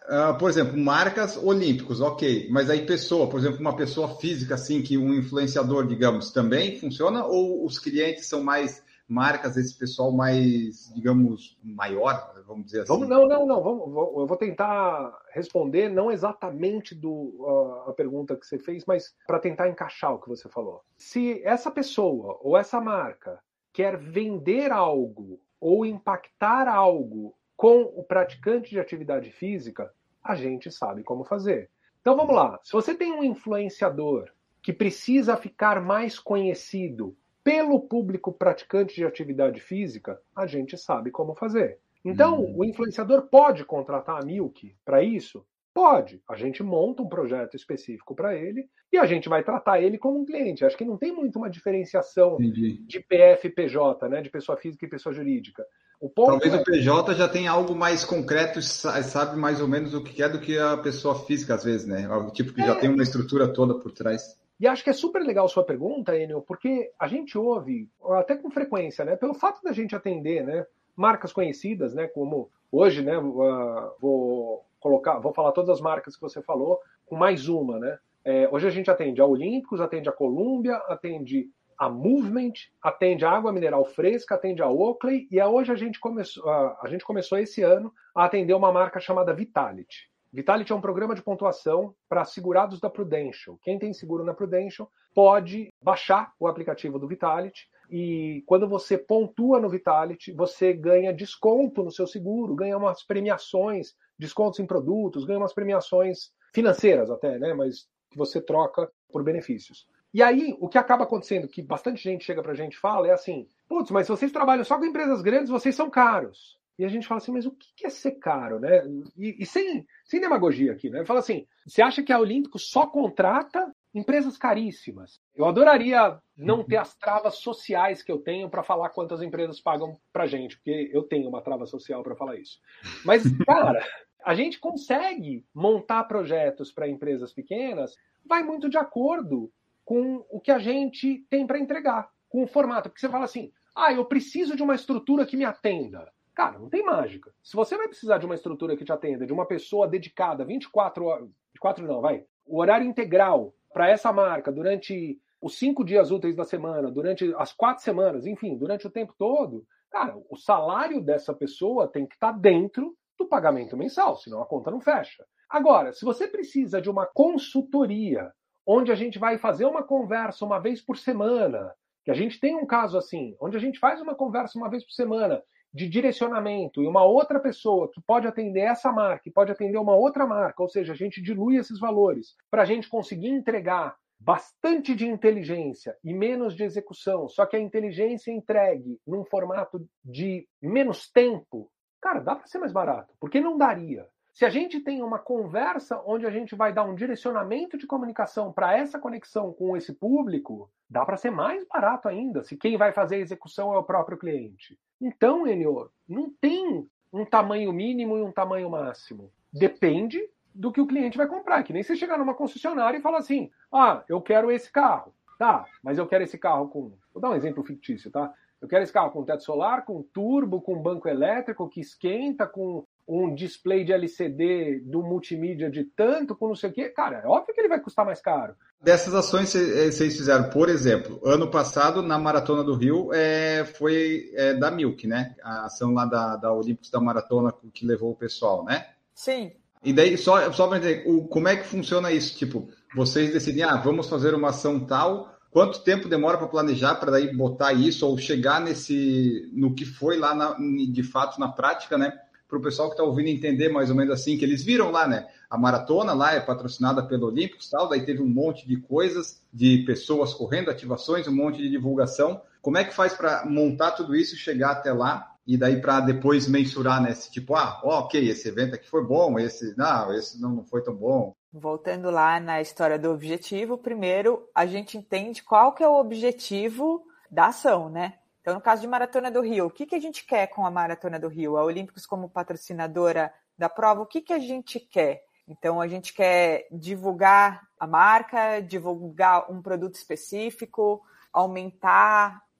uh, por exemplo, marcas olímpicos, ok. Mas aí pessoa, por exemplo, uma pessoa física, assim, que um influenciador, digamos, também funciona? Ou os clientes são mais marcas, esse pessoal mais, digamos, maior, vamos dizer assim? Vamos, não, não, não. Vamos, eu vou tentar responder, não exatamente do, uh, a pergunta que você fez, mas para tentar encaixar o que você falou. Se essa pessoa ou essa marca quer vender algo ou impactar algo com o praticante de atividade física, a gente sabe como fazer. Então vamos lá. Se você tem um influenciador que precisa ficar mais conhecido pelo público praticante de atividade física, a gente sabe como fazer. Então, hum. o influenciador pode contratar a Milk para isso? Pode. A gente monta um projeto específico para ele e a gente vai tratar ele como um cliente. Acho que não tem muito uma diferenciação Entendi. de P F e P J, né, de pessoa física e pessoa jurídica. O Talvez é... o P J já tenha algo mais concreto, sabe mais ou menos o que é do que a pessoa física, às vezes, né? Algo tipo que é. já tem uma estrutura toda por trás. E acho que é super legal a sua pergunta, Enio, porque a gente ouve, até com frequência, né, pelo fato da gente atender, né, marcas conhecidas, né, como hoje, né, uh, vou colocar, vou falar todas as marcas que você falou, com mais uma, né. É, hoje a gente atende a Olímpicos, atende a Columbia, atende a Movement, atende a Água Mineral Fresca, atende a Oakley, e a, hoje a gente, começou, uh, a gente começou esse ano a atender uma marca chamada Vitality. Vitality é um programa de pontuação para segurados da Prudential. Quem tem seguro na Prudential pode baixar o aplicativo do Vitality e quando você pontua no Vitality, você ganha desconto no seu seguro, ganha umas premiações, descontos em produtos, ganha umas premiações financeiras até, né? Mas que você troca por benefícios. E aí, o que acaba acontecendo, que bastante gente chega pra gente e fala, é assim, putz, mas vocês trabalham só com empresas grandes, vocês são caros. E a gente fala assim, mas o que é ser caro, né? E, e sem, sem demagogia aqui, né? Fala assim, você acha que a Olímpico só contrata empresas caríssimas? Eu adoraria não ter as travas sociais que eu tenho para falar quantas empresas pagam pra gente, porque eu tenho uma trava social para falar isso. Mas, cara, a gente consegue montar projetos para empresas pequenas, vai muito de acordo com o que a gente tem para entregar, com o formato. Porque você fala assim, ah, eu preciso de uma estrutura que me atenda. Cara, não tem mágica. Se você vai precisar de uma estrutura que te atenda, de uma pessoa dedicada vinte e quatro horas, vinte e quatro não, vai, o horário integral para essa marca durante os cinco dias úteis da semana, durante as quatro semanas, enfim, durante o tempo todo, cara, o salário dessa pessoa tem que estar dentro do pagamento mensal, senão a conta não fecha. Agora, se você precisa de uma consultoria, onde a gente vai fazer uma conversa uma vez por semana, que a gente tem um caso assim, onde a gente faz uma conversa uma vez por semana, de direcionamento, e uma outra pessoa que pode atender essa marca e pode atender uma outra marca, ou seja, a gente dilui esses valores para a gente conseguir entregar bastante de inteligência e menos de execução, só que a inteligência entregue num formato de menos tempo, cara, dá para ser mais barato. Por que não daria? Se a gente tem uma conversa onde a gente vai dar um direcionamento de comunicação para essa conexão com esse público, dá para ser mais barato ainda, se quem vai fazer a execução é o próprio cliente. Então, Enio, não tem um tamanho mínimo e um tamanho máximo. Depende do que o cliente vai comprar. Que nem você chegar numa concessionária e falar assim, ah, eu quero esse carro. Tá, mas eu quero esse carro com... Vou dar um exemplo fictício, tá? Eu quero esse carro com teto solar, com turbo, com banco elétrico que esquenta, com um display de L C D do multimídia de tanto, com não sei o quê. Cara, é óbvio que ele vai custar mais caro. Dessas ações vocês fizeram, por exemplo, ano passado, na Maratona do Rio, é, foi é, da Milk, né? A ação lá da, da Olímpicos da Maratona que levou o pessoal, né? Sim. E daí, só, só para entender, o, como é que funciona isso? Tipo, vocês decidem, ah, vamos fazer uma ação tal, quanto tempo demora para planejar para daí botar isso ou chegar nesse, no que foi lá na, de fato na prática, né? Para o pessoal que está ouvindo entender mais ou menos assim, que eles viram lá, né? A maratona lá é patrocinada pelo Olímpicos e tal, daí teve um monte de coisas, de pessoas correndo, ativações, um monte de divulgação. Como é que faz para montar tudo isso, chegar até lá e daí para depois mensurar, né? Esse tipo, ah, ok, esse evento aqui foi bom, esse não, esse não foi tão bom. Voltando lá na história do objetivo, primeiro a gente entende qual que é o objetivo da ação, né? Então, no caso de Maratona do Rio, o que, que a gente quer com a Maratona do Rio? A Olímpicos como patrocinadora da prova, o que, que a gente quer? Então, a gente quer divulgar a marca, divulgar um produto específico, aumentar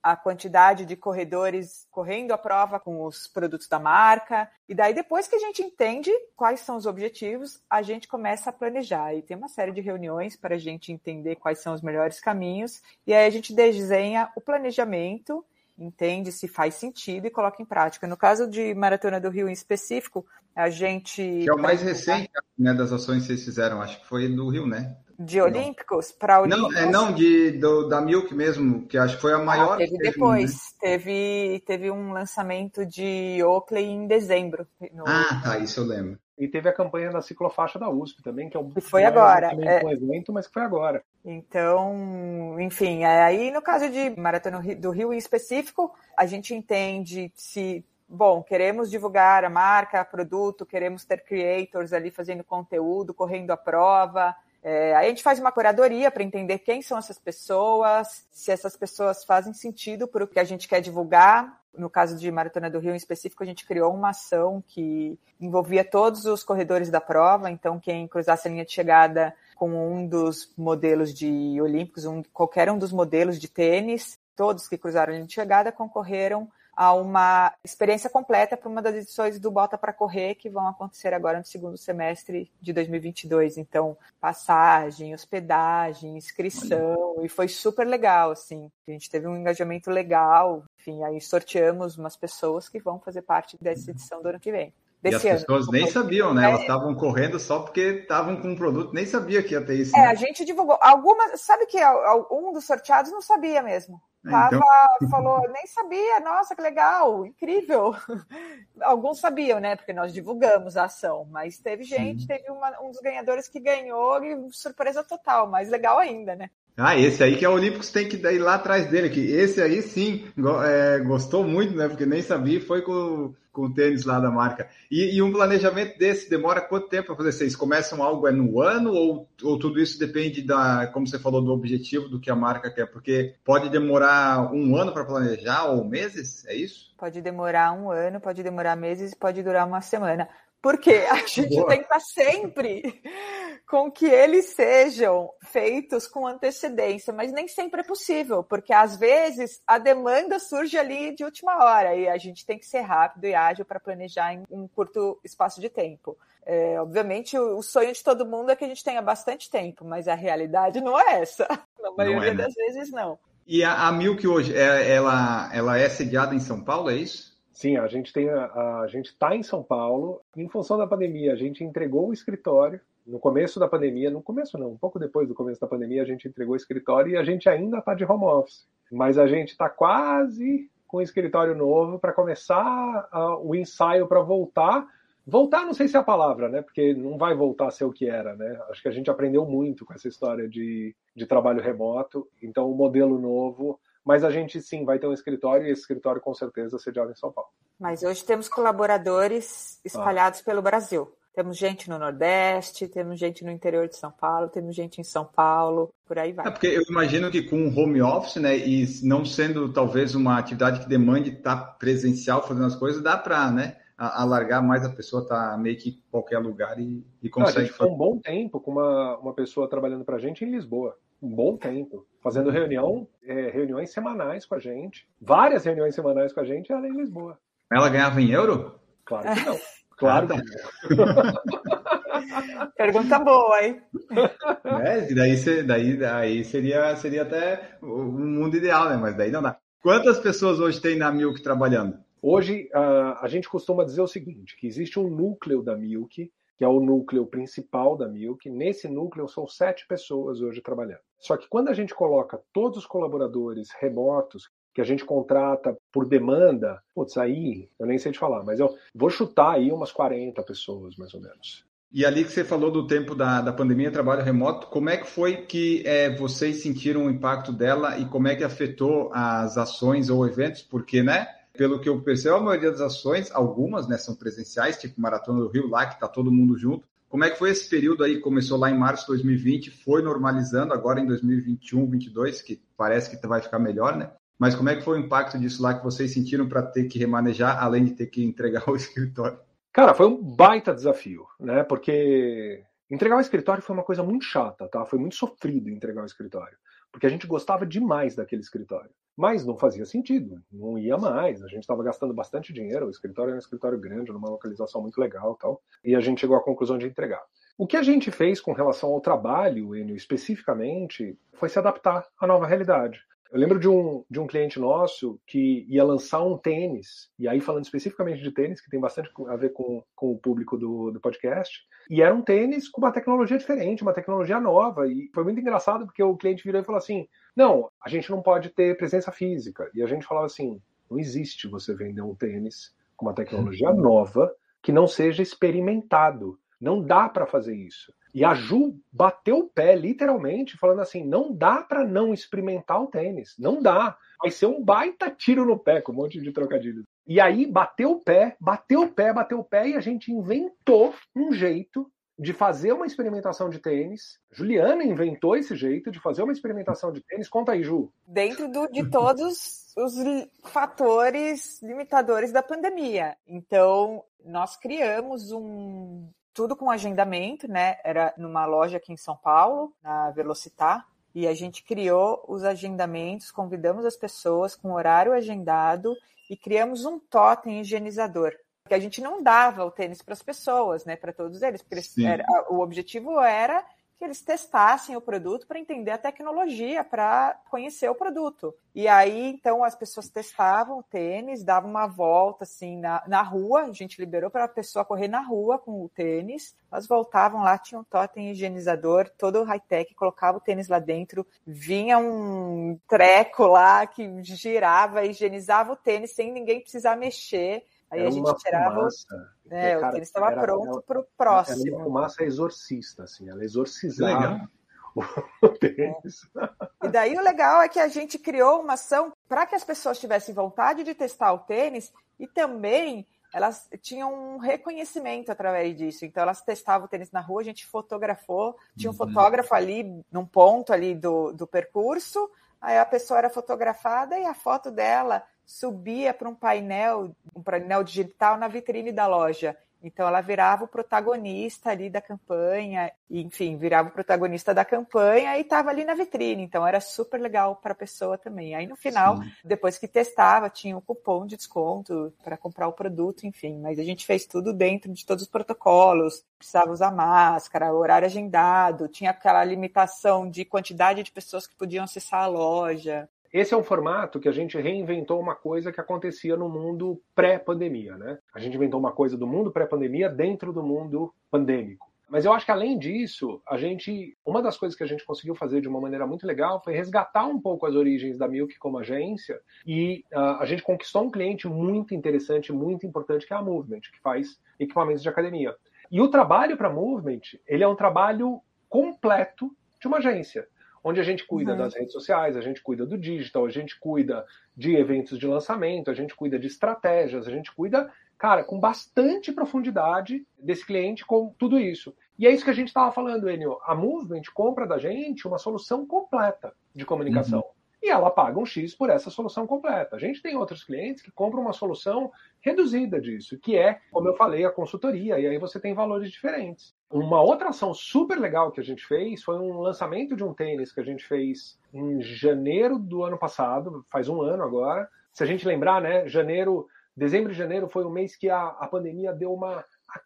a quantidade de corredores correndo a prova com os produtos da marca. E daí, depois que a gente entende quais são os objetivos, a gente começa a planejar. E tem uma série de reuniões para a gente entender quais são os melhores caminhos. E aí a gente desenha o planejamento, entende se faz sentido e coloca em prática. No caso de Maratona do Rio em específico, a gente... Que é o mais recente, né, das ações que vocês fizeram, acho que foi do Rio, né? De Olímpicos para Olímpicos? Não, é, não de, do, da Milk mesmo, que acho que foi a maior. Ah, teve depois, né? teve, teve um lançamento de Oakley em dezembro. No... Ah, tá, isso eu lembro. E teve a campanha da ciclofaixa da U S P também, que é um, que foi agora. É um evento, mas que foi agora. Então, enfim, aí no caso de Maratona do Rio em específico, a gente entende se... Bom, queremos divulgar a marca, produto, queremos ter creators ali fazendo conteúdo, correndo a prova. É, aí a gente faz uma curadoria para entender quem são essas pessoas, se essas pessoas fazem sentido para o que a gente quer divulgar. No caso de Maratona do Rio em específico, a gente criou uma ação que envolvia todos os corredores da prova, então quem cruzasse a linha de chegada com um dos modelos de olímpicos, um, qualquer um dos modelos de tênis, todos que cruzaram a linha de chegada concorreram a uma experiência completa para uma das edições do Bota para Correr, que vão acontecer agora no segundo semestre de dois mil e vinte e dois. Então, passagem, hospedagem, inscrição, e foi super legal, assim. A gente teve um engajamento legal, enfim, aí sorteamos umas pessoas que vão fazer parte dessa edição do ano que vem. E as pessoas nem sabiam, né? Elas estavam correndo só porque estavam com um produto, nem sabia que ia ter isso. É, né? a gente divulgou. Algumas, sabe que um dos sorteados não sabia mesmo. Tava, então... falou, nem sabia, nossa, que legal, incrível. Alguns sabiam, né? Porque nós divulgamos a ação, mas teve gente, Sim. teve uma, um dos ganhadores que ganhou e surpresa total, mais legal ainda, né? Ah, esse aí que a Olímpicos tem que ir lá atrás dele, que esse aí sim é, gostou muito, né? Porque nem sabia, foi com, com o tênis lá da marca. E, e um planejamento desse demora quanto tempo para fazer? Vocês começam algo é no ano ou, ou tudo isso depende da, como você falou, do objetivo do que a marca quer? Porque pode demorar um ano para planejar ou meses, é isso? Pode demorar um ano, pode demorar meses e pode durar uma semana. Porque a gente Boa. tem que estar sempre com que eles sejam feitos com antecedência, mas nem sempre é possível, porque às vezes a demanda surge ali de última hora e a gente tem que ser rápido e ágil para planejar em um curto espaço de tempo. É, obviamente, o, o sonho de todo mundo é que a gente tenha bastante tempo, mas a realidade não é essa. Na maioria é, né? das vezes, não. E a, a Milk hoje, é, ela, ela é sediada em São Paulo, é isso? Sim, a gente tem a, a gente está em São Paulo. Em função da pandemia, a gente entregou o escritório. No começo da pandemia, no começo não, um pouco depois do começo da pandemia, a gente entregou o escritório e a gente ainda está de home office. Mas a gente está quase com o escritório novo para começar uh, o ensaio para voltar. Voltar, não sei se é a palavra, né? Porque não vai voltar a ser o que era, né? Acho que a gente aprendeu muito com essa história de, de trabalho remoto. Então, o modelo novo... Mas a gente, sim, vai ter um escritório, e esse escritório, com certeza, sediado em São Paulo. Mas hoje temos colaboradores espalhados ah. pelo Brasil. Temos gente no Nordeste, temos gente no interior de São Paulo, temos gente em São Paulo, por aí vai. É porque eu imagino que com o home office, né, e não sendo, talvez, uma atividade que demande estar presencial fazendo as coisas, dá para, né, alargar mais, a pessoa estar meio que em qualquer lugar e, e consegue... Não, a gente fazer um bom tempo com uma, uma pessoa trabalhando para a gente em Lisboa. Um bom tempo, fazendo reunião, é, reuniões semanais com a gente, várias reuniões semanais com a gente, ela em Lisboa. Ela ganhava em euro? Claro que não. Claro que não. Pergunta boa, hein? É, daí, daí, daí seria, seria até o mundo ideal, né? Mas daí não dá. Quantas pessoas hoje tem na Milk trabalhando? Hoje, a, a gente costuma dizer o seguinte, que existe um núcleo da Milk, que é o núcleo principal da Milk. Nesse núcleo são sete pessoas hoje trabalhando. Só que quando a gente coloca todos os colaboradores remotos, que a gente contrata por demanda, putz, aí eu nem sei te falar, mas eu vou chutar aí umas quarenta pessoas, mais ou menos. E ali que você falou do tempo da, da pandemia, trabalho remoto, como é que foi que é, vocês sentiram o impacto dela e como é que afetou as ações ou eventos? Porque, né? Pelo que eu percebo, a maioria das ações, algumas, né, são presenciais, tipo Maratona do Rio, lá que está todo mundo junto. Como é que foi esse período aí? Começou lá em março de dois mil e vinte, foi normalizando agora em dois mil e vinte e um, vinte e dois, que parece que vai ficar melhor, né? Mas como é que foi o impacto disso lá que vocês sentiram para ter que remanejar, além de ter que entregar o escritório? Cara, foi um baita desafio, né? Porque entregar o escritório foi uma coisa muito chata, tá? Foi muito sofrido entregar o escritório. porque a gente gostava demais daquele escritório. Mas não fazia sentido, não ia mais, a gente estava gastando bastante dinheiro, o escritório era um escritório grande, numa localização muito legal e tal, e a gente chegou à conclusão de entregar. O que a gente fez com relação ao trabalho, Enio, especificamente, foi se adaptar à nova realidade. Eu lembro de um, de um cliente nosso que ia lançar um tênis, e aí falando especificamente de tênis, que tem bastante a ver com, com o público do, do podcast, e era um tênis com uma tecnologia diferente, uma tecnologia nova, e foi muito engraçado porque o cliente virou e falou assim, não, a gente não pode ter presença física, e a gente falava assim, não existe você vender um tênis com uma tecnologia nova que não seja experimentado, não dá para fazer isso. E a Ju bateu o pé, literalmente, falando assim, não dá para não experimentar o tênis. Não dá. Vai ser um baita tiro no pé, com um monte de trocadilhos. E aí, bateu o pé, bateu o pé, bateu o pé, e a gente inventou um jeito de fazer uma experimentação de tênis. Juliana inventou esse jeito de fazer uma experimentação de tênis. Conta aí, Ju. Dentro do, de todos os fatores limitadores da pandemia. Então, nós criamos um... tudo com agendamento, né? Era numa loja aqui em São Paulo, na Velocitar, e a gente criou os agendamentos, convidamos as pessoas com horário agendado e criamos um totem higienizador. Porque a gente não dava o tênis para as pessoas, né? Para todos eles, porque eles, era, o objetivo era que eles testassem o produto para entender a tecnologia, para conhecer o produto. E aí, então, as pessoas testavam o tênis, davam uma volta, assim, na, na rua, a gente liberou para a pessoa correr na rua com o tênis, elas voltavam lá, tinha um totem higienizador, todo high-tech, colocava o tênis lá dentro, vinha um treco lá que girava, higienizava o tênis sem ninguém precisar mexer. Aí era a gente tirava fumaça, é, cara, o tênis estava pronto para o próximo. Era uma fumaça exorcista, assim, ela exorcizava o tênis. É. E daí o legal é que a gente criou uma ação para que as pessoas tivessem vontade de testar o tênis e também elas tinham um reconhecimento através disso. Então elas testavam o tênis na rua, a gente fotografou, tinha um fotógrafo ali num ponto ali do, do percurso, aí a pessoa era fotografada e a foto dela subia para um painel, um painel digital na vitrine da loja. Então, ela virava o protagonista ali da campanha, e, enfim, virava o protagonista da campanha e estava ali na vitrine. Então, era super legal para a pessoa também. Aí, no final, Sim. depois que testava, tinha um cupom de desconto para comprar o produto, enfim. Mas a gente fez tudo dentro de todos os protocolos. Precisava usar máscara, horário agendado, tinha aquela limitação de quantidade de pessoas que podiam acessar a loja. Esse é um formato que a gente reinventou uma coisa que acontecia no mundo pré-pandemia, né? A gente inventou uma coisa do mundo pré-pandemia dentro do mundo pandêmico. Mas eu acho que, além disso, a gente, uma das coisas que a gente conseguiu fazer de uma maneira muito legal foi resgatar um pouco as origens da Milk como agência e uh, a gente conquistou um cliente muito interessante, muito importante, que é a Movement, que faz equipamentos de academia. E o trabalho para a Movement, ele é um trabalho completo de uma agência, onde a gente cuida uhum. das redes sociais, a gente cuida do digital, a gente cuida de eventos de lançamento, a gente cuida de estratégias, a gente cuida, cara, com bastante profundidade desse cliente com tudo isso. E é isso que a gente estava falando, Enio. A Movement compra da gente uma solução completa de comunicação. Uhum. E ela paga um X por essa solução completa. A gente tem outros clientes que compram uma solução reduzida disso, que é, como eu falei, a consultoria, e aí você tem valores diferentes. Uma outra ação super legal que a gente fez foi um lançamento de um tênis que a gente fez em janeiro do ano passado, faz um ano agora. Se a gente lembrar, né, janeiro, dezembro e janeiro foi um mês que a, a pandemia deu uma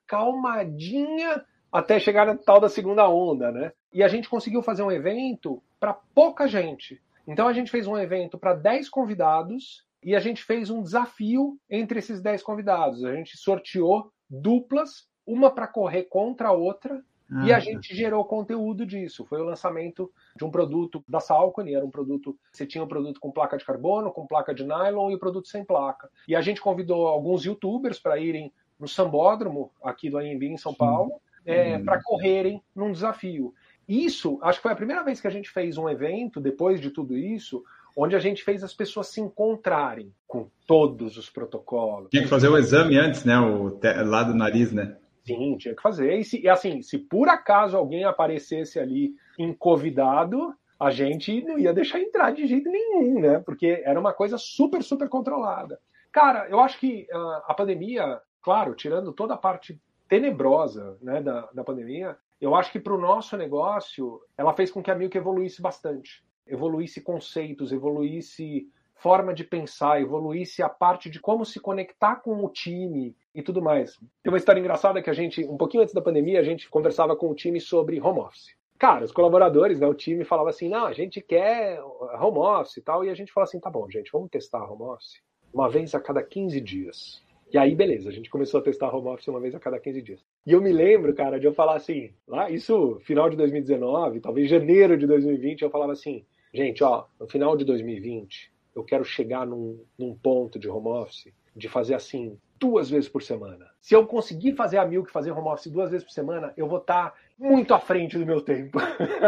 acalmadinha até chegar na tal da segunda onda, né? E a gente conseguiu fazer um evento para pouca gente. Então a gente fez um evento para dez convidados e a gente fez um desafio entre esses dez convidados. A gente sorteou duplas, uma para correr contra a outra, ah, e a gente gerou conteúdo disso. Foi o lançamento de um produto da Salcone, era um produto, você tinha um produto com placa de carbono, com placa de nylon e o produto sem placa. E a gente convidou alguns youtubers para irem no Sambódromo, aqui do Anhembi, em São Paulo, é, hum. para correrem num desafio. Isso, acho que foi a primeira vez que a gente fez um evento, depois de tudo isso, onde a gente fez as pessoas se encontrarem com todos os protocolos. Tinha que fazer o exame antes, né? O te... lá do nariz, né? Sim, tinha que fazer. E, se, e assim, se por acaso alguém aparecesse ali encovidado, a gente não ia deixar entrar de jeito nenhum, né? Porque era uma coisa super, super controlada. Cara, eu acho que uh, a pandemia, claro, tirando toda a parte tenebrosa, né, da, da pandemia, eu acho que para o nosso negócio, ela fez com que a Milk evoluísse bastante. evoluísse conceitos, evoluísse forma de pensar, evoluísse a parte de como se conectar com o time e tudo mais. Tem uma história engraçada que a gente, um pouquinho antes da pandemia, a gente conversava com o time sobre home office. Cara, os colaboradores, né, o time falava assim, não, a gente quer home office e tal, e a gente falava assim, tá bom, gente, vamos testar home office uma vez a cada quinze dias. E aí, beleza, a gente começou a testar home office uma vez a cada quinze dias. E eu me lembro, cara, de eu falar assim, lá, isso final de dois mil e dezenove, talvez janeiro de dois mil e vinte, eu falava assim, gente, ó, no final de dois mil e vinte, eu quero chegar num, num ponto de home office de fazer assim, duas vezes por semana. Se eu conseguir fazer a Milk fazer home office duas vezes por semana, eu vou estar muito à frente do meu tempo.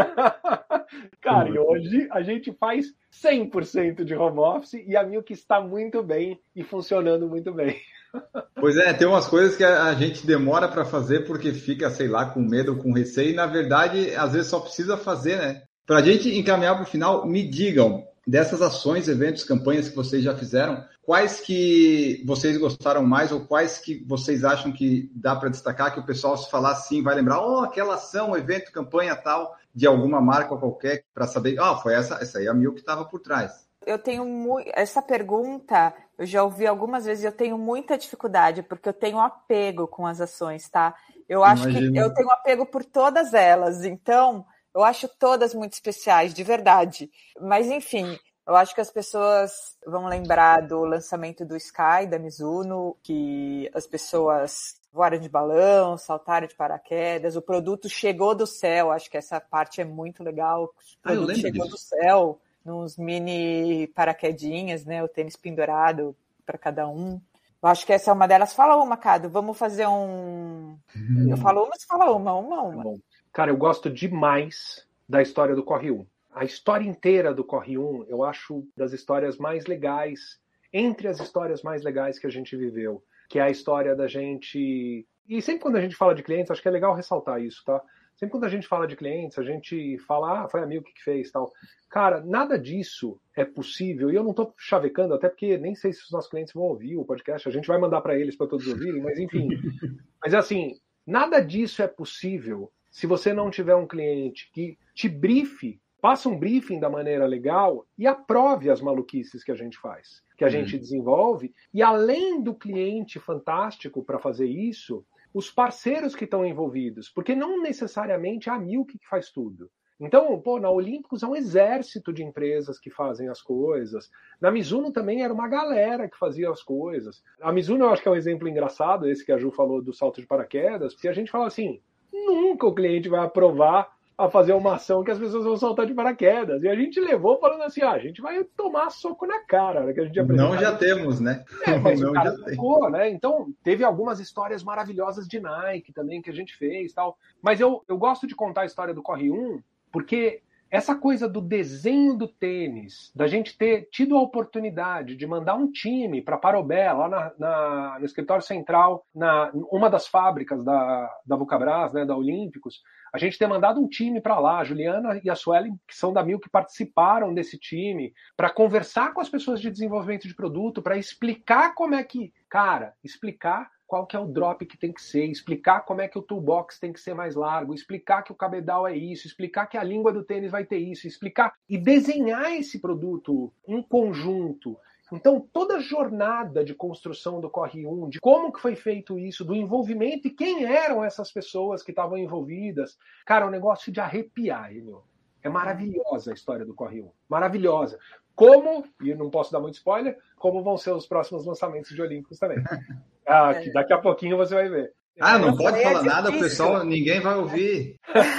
Cara, e hoje a gente faz cem por cento de home office e a Milk está muito bem e funcionando muito bem. Pois é, tem umas coisas que a gente demora para fazer porque fica, sei lá, com medo, com receio, e na verdade, às vezes só precisa fazer, né? Para a gente encaminhar para o final, me digam, dessas ações, eventos, campanhas que vocês já fizeram, quais que vocês gostaram mais ou quais que vocês acham que dá para destacar, que o pessoal, se falar assim, vai lembrar, oh, aquela ação, evento, campanha tal, de alguma marca qualquer, para saber, ah, oh, foi essa, essa aí a Milk que estava por trás. Eu tenho muito... Essa pergunta, eu já ouvi algumas vezes, eu tenho muita dificuldade, porque eu tenho apego com as ações, tá? Eu acho Imagina. que eu tenho apego por todas elas, então... Eu acho todas muito especiais, de verdade. Mas, enfim, eu acho que as pessoas vão lembrar do lançamento do Sky, da Mizuno, que as pessoas voaram de balão, saltaram de paraquedas, o produto chegou do céu, acho que essa parte é muito legal. O ah, eu lembro chegou disso. do céu, nos mini paraquedinhas, né? O tênis pendurado para cada um. Eu acho que essa é uma delas. Fala uma, Cado, vamos fazer um... Hum. Eu falo uma, você fala uma, uma, uma. Bom. Cara, eu gosto demais da história do Corre um. A história inteira do Corre um, eu acho das histórias mais legais, entre as histórias mais legais que a gente viveu, que é a história da gente... E sempre quando a gente fala de clientes, acho que é legal ressaltar isso, tá? Sempre quando a gente fala de clientes, a gente fala, ah, foi a Milk que fez, tal. Cara, nada disso é possível, e eu não tô chavecando, até porque nem sei se os nossos clientes vão ouvir o podcast, a gente vai mandar para eles para todos ouvirem, mas enfim. Mas assim, nada disso é possível se você não tiver um cliente que te briefe, passa um briefing da maneira legal e aprove as maluquices que a gente faz, que a uhum. gente desenvolve, e além do cliente fantástico para fazer isso, os parceiros que estão envolvidos, porque não necessariamente é a Milk que faz tudo. Então, pô, na Olímpicos é um exército de empresas que fazem as coisas. Na Mizuno também era uma galera que fazia as coisas. A Mizuno eu acho que é um exemplo engraçado, esse que a Ju falou do salto de paraquedas, porque a gente fala assim, nunca o cliente vai aprovar a fazer uma ação que as pessoas vão saltar de paraquedas. E a gente levou falando assim, ah, a gente vai tomar soco na cara. Né, que a gente não já temos, né? É, mas não o cara já ficou, né? Então, teve algumas histórias maravilhosas de Nike também que a gente fez tal. Mas eu, eu gosto de contar a história do Corre um, porque essa coisa do desenho do tênis, da gente ter tido a oportunidade de mandar um time para Parobé, lá na, na, no escritório central, na uma das fábricas da, da Vulcabras, né, da Olímpicos, a gente ter mandado um time para lá, a Juliana e a Suelen, que são da Milk, participaram desse time, para conversar com as pessoas de desenvolvimento de produto, para explicar como é que, cara, explicar qual que é o drop que tem que ser, explicar como é que o toolbox tem que ser mais largo, explicar que o cabedal é isso, explicar que a língua do tênis vai ter isso, explicar e desenhar esse produto em conjunto. Então, toda a jornada de construção do Corre um, de como que foi feito isso, do envolvimento e quem eram essas pessoas que estavam envolvidas, cara, é um negócio de arrepiar, meu. É maravilhosa a história do Corre um. Maravilhosa. Como, e não posso dar muito spoiler, como vão ser os próximos lançamentos de Olímpicos também. Ah, que daqui a pouquinho você vai ver. Ah, não pode falar nada, o pessoal, ninguém vai ouvir.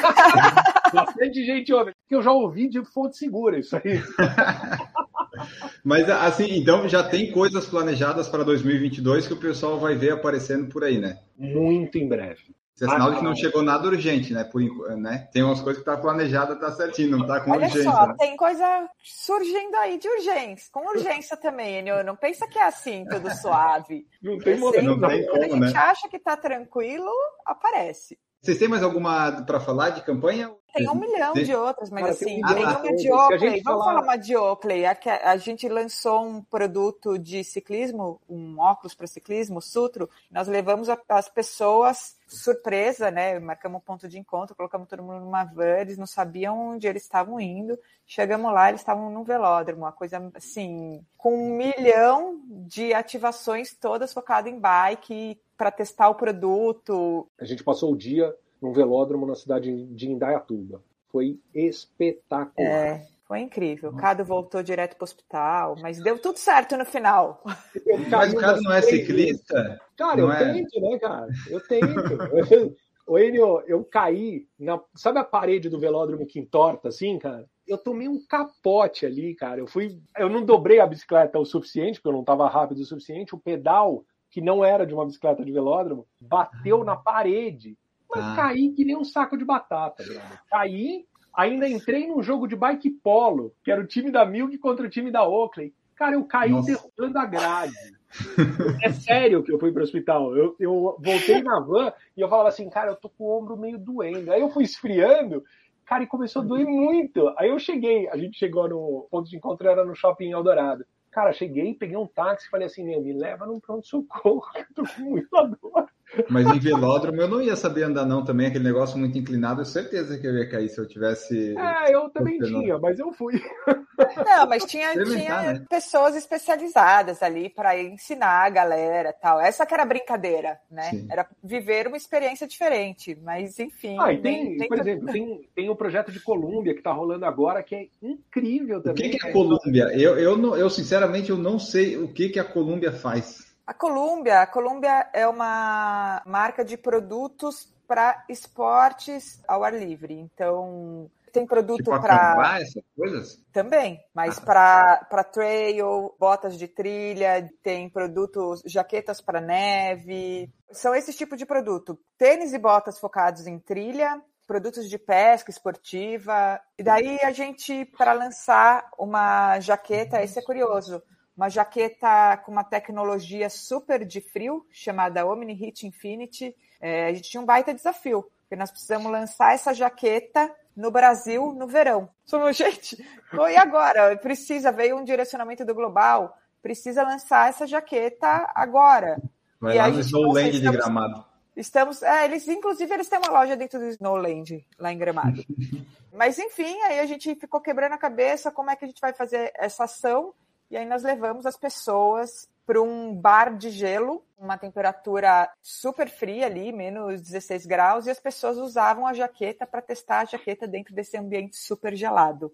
Bastante gente ouve. Que eu já ouvi de fonte segura isso aí. Mas assim, então já tem coisas planejadas para dois mil e vinte e dois que o pessoal vai ver aparecendo por aí, né? Muito em breve. Isso é sinal ah, de que não chegou nada urgente, né? Por, né? Tem umas coisas que tá planejada, tá certinho, não tá com Olha urgência. Olha só, né? Tem coisa surgindo aí de urgência, com urgência também, Enio. Não pensa que é assim, tudo suave. Não tem momento. Não tem como, Quando a gente né? acha que tá tranquilo, aparece. Vocês têm mais alguma para falar de campanha? Tem um milhão tem... de outras, mas Cara, assim, tem, tem ah, uma de Oakley. Vamos falar... falar uma de Oakley. A, a gente lançou um produto de ciclismo, um óculos para ciclismo, Sutro. Nós levamos a, as pessoas surpresa, né? Marcamos um ponto de encontro, colocamos todo mundo numa van, eles não sabiam onde eles estavam indo. Chegamos lá, eles estavam num velódromo, uma coisa assim, com um milhão de ativações todas focadas em bike para testar o produto. A gente passou o dia num velódromo na cidade de Indaiatuba. Foi espetacular. É, foi incrível. O Cado voltou direto para o hospital, mas deu tudo certo no final. Mas o Cado não é ciclista? Cara, não eu é... tento, né, cara? Eu tento. Ô, Enio, eu caí, na... sabe a parede do velódromo que entorta, assim, cara? Eu tomei um capote ali, cara. Eu fui, eu não dobrei a bicicleta o suficiente, porque eu não estava rápido o suficiente. O pedal, que não era de uma bicicleta de velódromo, bateu na parede. Mas ah. caí que nem um saco de batata, brother. Caí, ainda entrei num jogo de bike polo, que era o time da Milk contra o time da Oakley. Cara, eu caí Nossa. derrubando a grade. É sério que eu fui pro hospital. Eu, eu voltei na van e eu falava assim, cara, eu tô com o ombro meio doendo. Aí eu fui esfriando, cara, e começou a doer muito. Aí eu cheguei, a gente chegou no ponto de encontro, era no Shopping Eldorado. Cara, cheguei, peguei um táxi e falei assim, meu, me leva num pronto-socorro, que eu tô com muita dor. Mas em velódromo eu não ia saber andar não também, aquele negócio muito inclinado, eu certeza que eu ia cair se eu tivesse... É, eu também tinha, mas eu fui. Não, mas tinha, tinha né? pessoas especializadas ali para ensinar a galera e tal. Essa que era a brincadeira, né? Sim. Era viver uma experiência diferente, mas enfim... Ah, e tem, nem, nem por exemplo, tem, tem o projeto de Colômbia que tá rolando agora, que é incrível também. O que, que é Colômbia? Eu, eu, não, eu, sinceramente, eu não sei o que, que a Colômbia faz. A Columbia, a Columbia é uma marca de produtos para esportes ao ar livre. Então, tem produto tipo para... essas coisas? Também, mas ah. para trail, botas de trilha, tem produtos, jaquetas para neve. São esse tipo de produto. Tênis e botas focados em trilha, produtos de pesca esportiva. E daí a gente, para lançar uma jaqueta, esse é curioso, uma jaqueta com uma tecnologia super de frio, chamada Omni Heat Infinity. É, a gente tinha um baita desafio, porque nós precisamos lançar essa jaqueta no Brasil no verão. Falei, gente, e agora? Precisa, veio um direcionamento do Global, precisa lançar essa jaqueta agora. Vai e lá no Snowland de Gramado. Estamos, é, eles, inclusive, eles têm uma loja dentro do Snowland, lá em Gramado. Mas, enfim, aí a gente ficou quebrando a cabeça como é que a gente vai fazer essa ação. E aí nós levamos as pessoas para um bar de gelo, uma temperatura super fria ali, menos dezesseis graus, e as pessoas usavam a jaqueta para testar a jaqueta dentro desse ambiente super gelado.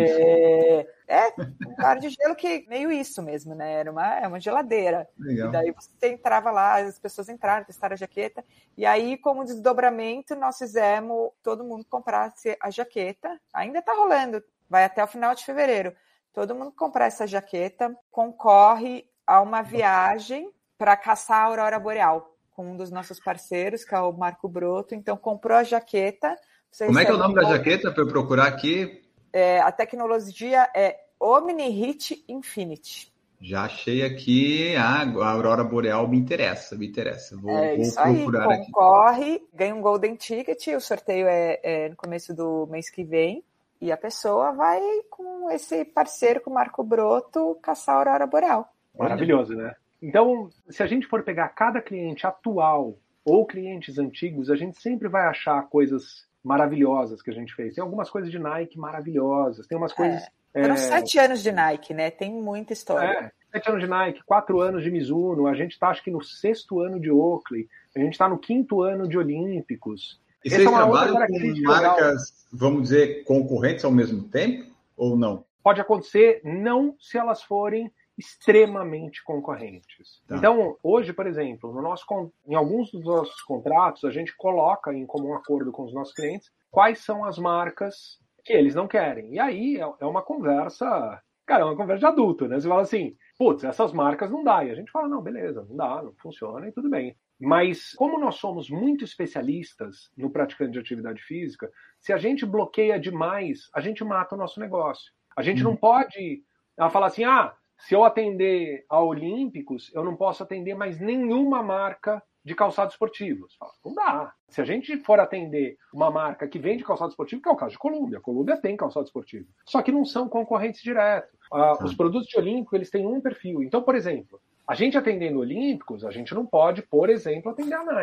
É, é um bar de gelo que meio isso mesmo, né? Era uma, é uma geladeira. Legal. E daí você entrava lá, as pessoas entraram, testaram a jaqueta, e aí, como desdobramento, nós fizemos todo mundo comprar a jaqueta. Ainda está rolando, vai até o final de fevereiro. Todo mundo comprar essa jaqueta concorre a uma viagem para caçar a aurora boreal com um dos nossos parceiros, que é o Marco Broto. Então, comprou a jaqueta. Como é que é o nome da jaqueta para eu procurar aqui? É, a tecnologia é Omni Heat Infinity. Já achei aqui, ah, a aurora boreal me interessa, me interessa. Vou, é vou isso procurar aí, concorre, aqui. Ganha um Golden Ticket, o sorteio é, é no começo do mês que vem. E a pessoa vai com esse parceiro, com o Marco Broto, caçar a aurora boreal. Maravilhoso, né? Então, se a gente for pegar cada cliente atual ou clientes antigos, a gente sempre vai achar coisas maravilhosas que a gente fez. Tem algumas coisas de Nike maravilhosas, tem umas coisas... É, foram é... sete anos de Nike, né? Tem muita história. É, sete anos de Nike, quatro anos de Mizuno, a gente está, acho que, no sexto ano de Oakley, a gente está no quinto ano de Olímpicos. E vocês é trabalham com marcas, vamos dizer, concorrentes ao mesmo tempo, ou não? Pode acontecer, não se elas forem extremamente concorrentes. Tá. Então, hoje, por exemplo, no nosso, em alguns dos nossos contratos, a gente coloca em comum acordo com os nossos clientes quais são as marcas que eles não querem. E aí é uma conversa, cara, é uma conversa de adulto, né? Você fala assim, putz, essas marcas não dá. E a gente fala, não, beleza, não dá, não funciona e tudo bem. Mas, como nós somos muito especialistas no praticante de atividade física, se a gente bloqueia demais, a gente mata o nosso negócio. A gente hum. não pode falar assim, ah, se eu atender a Olímpicos, eu não posso atender mais nenhuma marca de calçados esportivos. Não dá. Se a gente for atender uma marca que vende calçado esportivo, que é o caso de Columbia. A Columbia tem calçado esportivo. Só que não são concorrentes diretos. Ah, os produtos de Olímpico, eles têm um perfil. Então, por exemplo, a gente atendendo Olímpicos, a gente não pode, por exemplo, atender a Nike.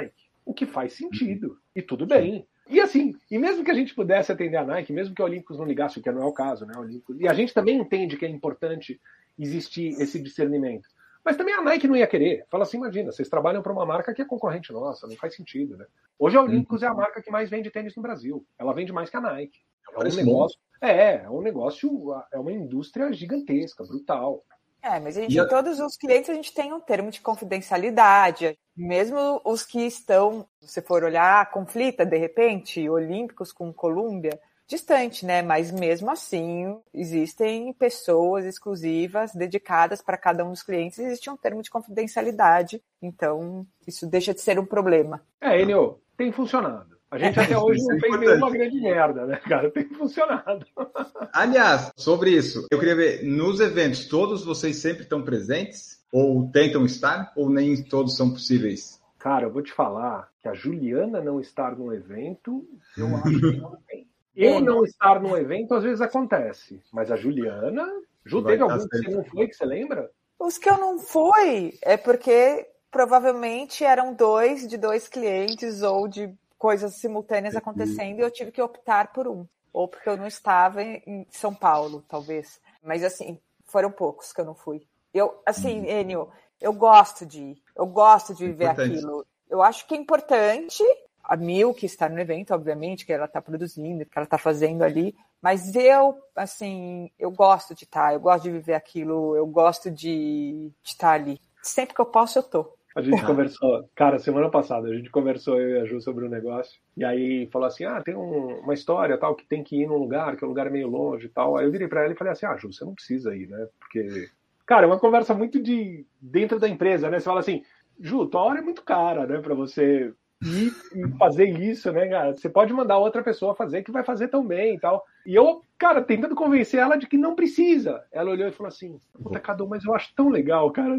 o que faz sentido. E tudo bem. E assim, e mesmo que a gente pudesse atender a Nike, mesmo que a Olímpicos não ligasse, o que não é o caso, né? Olímpicos, e a gente também entende que é importante existir esse discernimento. Mas também a Nike não ia querer. Fala assim, imagina, vocês trabalham para uma marca que é concorrente nossa, não faz sentido, né? Hoje a Olímpicos uhum. é a marca que mais vende tênis no Brasil. Ela vende mais que a Nike. É um negócio, é, é um negócio, é uma indústria gigantesca, brutal. É, mas a gente, em todos os clientes a gente tem um termo de confidencialidade. Mesmo os que estão, se você for olhar, conflita, de repente, Olímpicos com Columbia, distante, né? Mas mesmo assim, existem pessoas exclusivas, dedicadas para cada um dos clientes, existe um termo de confidencialidade. Então, isso deixa de ser um problema. É, Enio, tem funcionado. A gente até hoje não fez nenhuma grande merda, né, cara? Tem funcionado. Aliás, sobre isso, eu queria ver, nos eventos, todos vocês sempre estão presentes? Ou tentam estar? Ou nem todos são possíveis? Cara, eu vou te falar que a Juliana não estar no evento, eu acho que não tem. Eu não estar no evento, às vezes acontece. Mas a Juliana... Ju, teve algum que você não foi, que você lembra? Os que eu não fui é porque provavelmente eram dois de dois clientes ou de coisas simultâneas acontecendo e eu tive que optar por um. Ou porque eu não estava em São Paulo, talvez. Mas, assim, foram poucos que eu não fui. Eu, assim, hum. Enio, eu gosto de ir. Eu gosto de viver importante. Aquilo. Eu acho que é importante a Milk estar no evento, obviamente, que ela está produzindo, que ela está fazendo ali. Mas eu, assim, eu gosto de estar. Eu gosto de viver aquilo. Eu gosto de, de estar ali. Sempre que eu posso, eu tô. A gente ah. conversou, cara, semana passada, a gente conversou, eu e a Ju, sobre um negócio, e aí falou assim, ah, tem um, uma história, tal, que tem que ir num lugar, que o lugar é meio longe e tal. Aí eu virei pra ela e falei assim, ah, Ju, você não precisa ir, né? Porque, cara, é uma conversa muito de dentro da empresa, né? Você fala assim, Ju, tua hora é muito cara, né, pra você ir e fazer isso, né, cara? Você pode mandar outra pessoa fazer que vai fazer tão bem e tal. E eu, cara, tentando convencer ela de que não precisa. Ela olhou e falou assim, puta, Cadu, mas eu acho tão legal, cara.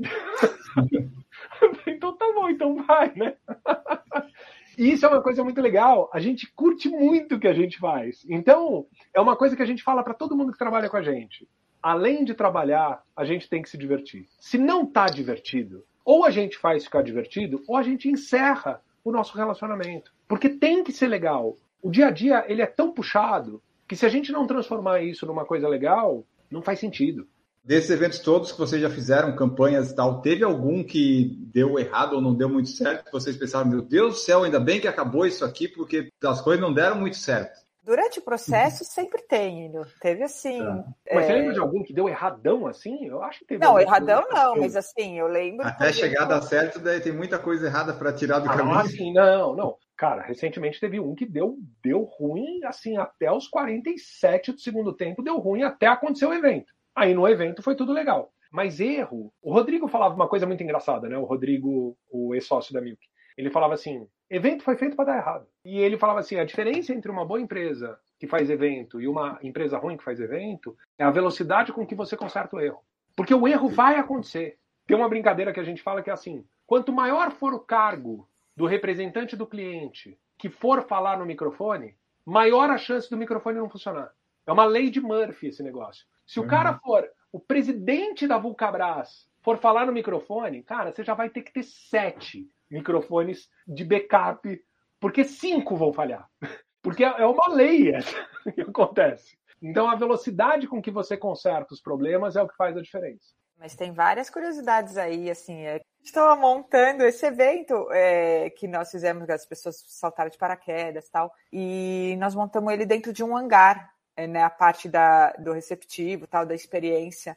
Então tá bom, então vai, né? E isso é uma coisa muito legal. A gente curte muito o que a gente faz. Então, é uma coisa que a gente fala para todo mundo que trabalha com a gente. Além de trabalhar, a gente tem que se divertir. Se não tá divertido, ou a gente faz ficar divertido, ou a gente encerra o nosso relacionamento. Porque tem que ser legal. O dia a dia, ele é tão puxado que se a gente não transformar isso numa coisa legal, não faz sentido. Desses eventos todos que vocês já fizeram, campanhas e tal, teve algum que deu errado ou não deu muito certo? Vocês pensaram, meu Deus do céu, ainda bem que acabou isso aqui, porque as coisas não deram muito certo. Durante o processo, sempre tem, teve assim... Tá. Mas é... você lembra de algum que deu erradão assim? Eu acho que teve. Não, erradão não, assim. Mas assim, eu lembro... Até chegar a dar certo, daí tem muita coisa errada para tirar do ah, caminho. Assim, não, não. Cara, recentemente teve um que deu, deu ruim, assim, até os quarenta e sete do segundo tempo, deu ruim até acontecer o evento. Aí no evento foi tudo legal. Mas erro... O Rodrigo falava uma coisa muito engraçada, né? O Rodrigo, o ex-sócio da Milk. Ele falava assim, evento foi feito para dar errado. E ele falava assim, a diferença entre uma boa empresa que faz evento e uma empresa ruim que faz evento é a velocidade com que você conserta o erro. Porque o erro vai acontecer. Tem uma brincadeira que a gente fala que é assim, quanto maior for o cargo do representante do cliente que for falar no microfone, maior a chance do microfone não funcionar. É uma lei de Murphy esse negócio. Se o cara for o presidente da Vulcabras, for falar no microfone, cara, você já vai ter que ter sete microfones de backup, porque cinco vão falhar. Porque é uma lei essa que acontece. Então a velocidade com que você conserta os problemas é o que faz a diferença. Mas tem várias curiosidades aí, assim, é... estava montando esse evento é, que nós fizemos, que as pessoas saltaram de paraquedas e tal, e nós montamos ele dentro de um hangar, é, né, a parte da, do receptivo, tal, da experiência,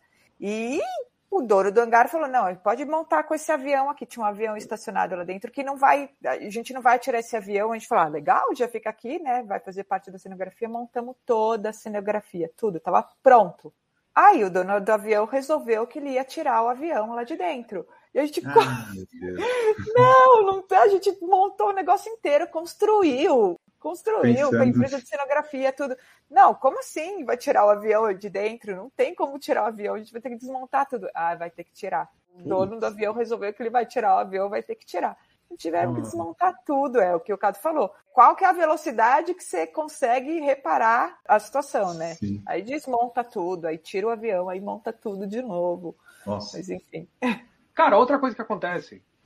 e o dono do hangar falou, não, pode montar com esse avião aqui, tinha um avião estacionado lá dentro, que não vai, a gente não vai tirar esse avião, a gente falou, ah, legal, já fica aqui, né, vai fazer parte da cenografia, montamos toda a cenografia, tudo, estava pronto. Aí o dono do avião resolveu que ele ia tirar o avião lá de dentro. E a gente... Ah, meu Deus. Não, não, a gente montou o negócio inteiro, construiu, construiu Pensando. com a empresa de cenografia, tudo. Não, como assim vai tirar o avião de dentro? Não tem como tirar o avião, a gente vai ter que desmontar tudo. Ah, vai ter que tirar. O dono do avião resolveu que ele vai tirar o avião, vai ter que tirar. Tiveram que desmontar tudo, é o que o Cadu falou. Qual que é a velocidade que você consegue reparar a situação, né? Sim. Aí desmonta tudo, aí tira o avião, aí monta tudo de novo. Nossa. Mas enfim. Cara, outra coisa que acontece,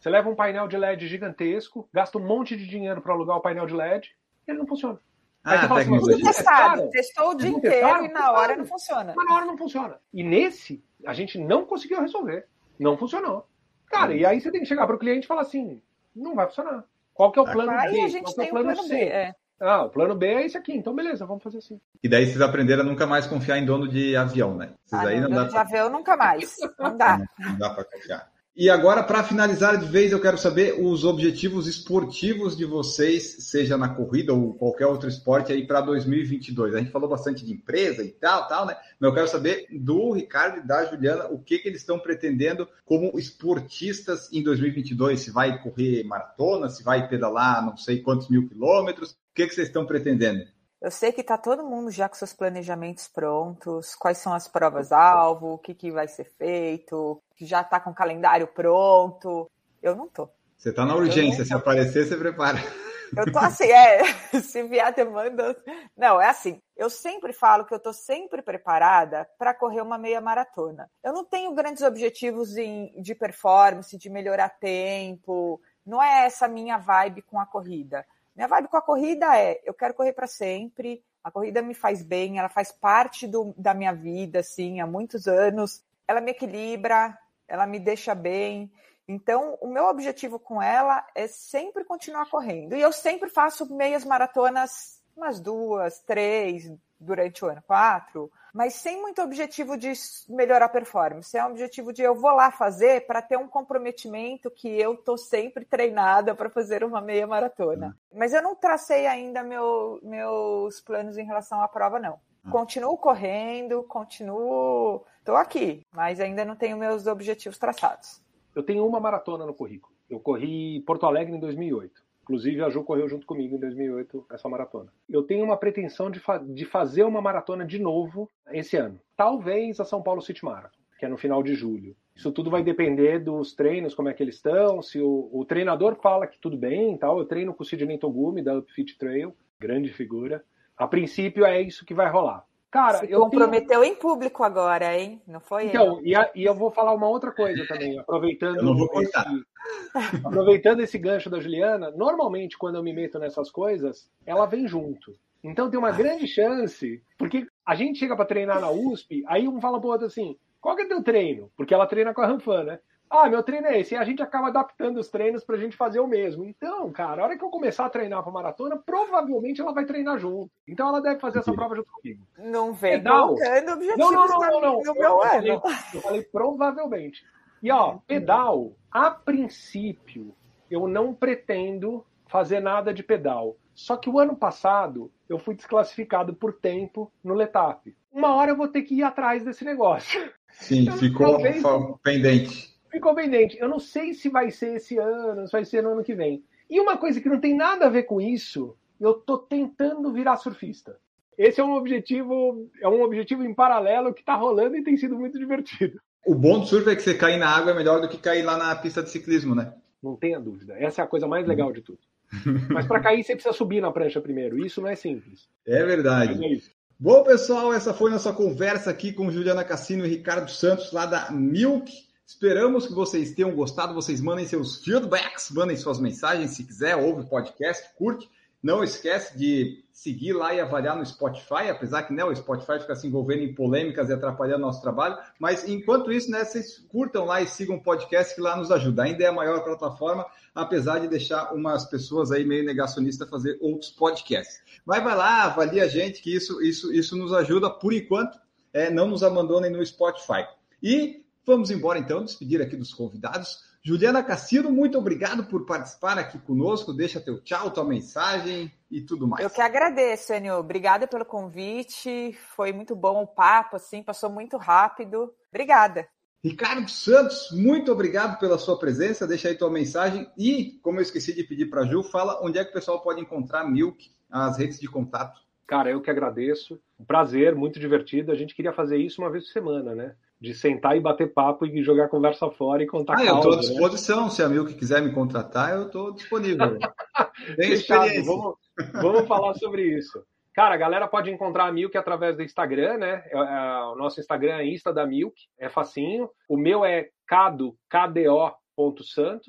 Você leva um painel de L E D gigantesco, gasta um monte de dinheiro para alugar o painel de L E D, e ele não funciona. Ah, você fala assim, Tudo testado, testaram? testou o dia Vocês não inteiro testaram? e na hora Testaram. não funciona. Mas na hora não funciona. E nesse, a gente não conseguiu resolver. Não funcionou. Cara, e aí você tem que chegar para o cliente e falar assim, não vai funcionar. Qual que é o plano Aí B? a gente Qual que é tem o o plano plano C? B, é. Ah, o plano B é esse aqui. Então, beleza, vamos fazer assim. E daí vocês aprenderam a nunca mais confiar em dono de avião, né? Vocês Ah, aí não, não dá de pra... avião nunca mais. Não dá. Não, não dá para confiar. E agora, para finalizar de vez, eu quero saber os objetivos esportivos de vocês, seja na corrida ou qualquer outro esporte aí para dois mil e vinte e dois. A gente falou bastante de empresa e tal, tal, né? Mas eu quero saber do Ricardo e da Juliana o que, que eles estão pretendendo como esportistas em dois mil e vinte e dois. Se vai correr maratona, se vai pedalar não sei quantos mil quilômetros. O que, que vocês estão pretendendo? Eu sei que está todo mundo já com seus planejamentos prontos, quais são as provas-alvo, o que, que vai ser feito, que já está com o calendário pronto. Eu não tô. Você está na urgência, se aparecer, você prepara. Eu tô assim, é, se vier demanda... Não, é assim, eu sempre falo que eu tô sempre preparada para correr uma meia maratona. Eu não tenho grandes objetivos em, de performance, de melhorar tempo, não é essa a minha vibe com a corrida. Minha vibe com a corrida é, eu quero correr para sempre, a corrida me faz bem, ela faz parte do, da minha vida, assim, há muitos anos, ela me equilibra, ela me deixa bem, então o meu objetivo com ela é sempre continuar correndo, e eu sempre faço meias maratonas, umas duas, três, durante o ano, quatro, mas sem muito objetivo de melhorar a performance. É um objetivo de eu vou lá fazer para ter um comprometimento que eu tô sempre treinada para fazer uma meia maratona. Uhum. Mas eu não tracei ainda meu, meus planos em relação à prova, não. Uhum. Continuo correndo, continuo... Tô aqui, mas ainda não tenho meus objetivos traçados. Eu tenho uma maratona no currículo. Eu corri Porto Alegre em dois mil e oito. Inclusive, a Ju correu junto comigo em dois mil e oito, essa maratona. Eu tenho uma pretensão de, fa- de fazer uma maratona de novo esse ano. Talvez a São Paulo City Marathon, que é no final de julho. Isso tudo vai depender dos treinos, como é que eles estão. Se o, o treinador fala que tudo bem, tal. Eu treino com o Sidney Togumi, da Upfit Trail, grande figura. A princípio, é isso que vai rolar. Cara, Se eu comprometeu tenho... em público agora, hein? Não foi? Então, e, a, e eu vou falar uma outra coisa também, aproveitando... Eu não vou contar. Esse, aproveitando esse gancho da Juliana, normalmente, quando eu me meto nessas coisas, ela vem junto. Então tem uma grande chance, porque a gente chega para treinar na U S P, aí um fala pro outro assim, qual que é teu treino? Porque ela treina com a Ranfan, né? Ah, meu treino é esse. E a gente acaba adaptando os treinos pra gente fazer o mesmo. Então, cara, a hora que eu começar a treinar pra maratona, provavelmente ela vai treinar junto. Então ela deve fazer essa prova junto comigo. Não vem Pedal. colocando objetivos não, não, não, não, não. no meu eu, ano. falei, eu falei provavelmente. E ó, pedal, a princípio, eu não pretendo fazer nada de pedal. Só que o ano passado, eu fui desclassificado por tempo no Letap. Uma hora eu vou ter que ir atrás desse negócio. Sim, eu, ficou talvez, pendente. Ficou pendente. Eu não sei se vai ser esse ano, se vai ser no ano que vem. E uma coisa que não tem nada a ver com isso, eu tô tentando virar surfista. Esse é um objetivo, é um objetivo em paralelo que tá rolando e tem sido muito divertido. O bom do surf é que você cair na água é melhor do que cair lá na pista de ciclismo, né? Não tenha dúvida. Essa é a coisa mais legal de tudo. Mas para cair você precisa subir na prancha primeiro. Isso não é simples. É verdade. Mas é isso. Bom, pessoal, essa foi nossa conversa aqui com Juliana Cassino e Ricardo Santos, lá da Milk. Esperamos que vocês tenham gostado. Vocês mandem seus feedbacks, mandem suas mensagens. Se quiser, ouve o podcast, curte. Não esquece de seguir lá e avaliar no Spotify, apesar que né, o Spotify fica se envolvendo em polêmicas e atrapalhando nosso trabalho. Mas, enquanto isso, né, vocês curtam lá e sigam o podcast, que lá nos ajuda. Ainda é a maior plataforma, apesar de deixar umas pessoas aí meio negacionistas fazer outros podcasts. Mas vai lá, avalia a gente, que isso, isso, isso nos ajuda. Por enquanto, é, não nos abandonem no Spotify. E vamos embora, então, despedir aqui dos convidados. Juliana Cassino, muito obrigado por participar aqui conosco. Deixa teu tchau, tua mensagem e tudo mais. Eu que agradeço, Enio. Obrigada pelo convite. Foi muito bom o papo, assim, passou muito rápido. Obrigada. Ricardo Santos, muito obrigado pela sua presença. Deixa aí tua mensagem. E, como eu esqueci de pedir para a Ju, fala onde é que o pessoal pode encontrar a Milk, as redes de contato. Cara, eu que agradeço. Um prazer, muito divertido. A gente queria fazer isso uma vez por semana, né? De sentar e bater papo e jogar conversa fora e contar ah, causa, eu estou à disposição. Né? Se a Milk quiser me contratar, eu estou disponível. Tem Fechado. experiência. Vamos, vamos falar sobre isso. Cara, a galera pode encontrar a Milk através do Instagram, né? É, é, o nosso Instagram é Insta da Milk, é facinho. O meu é cado, K D O ponto Santos.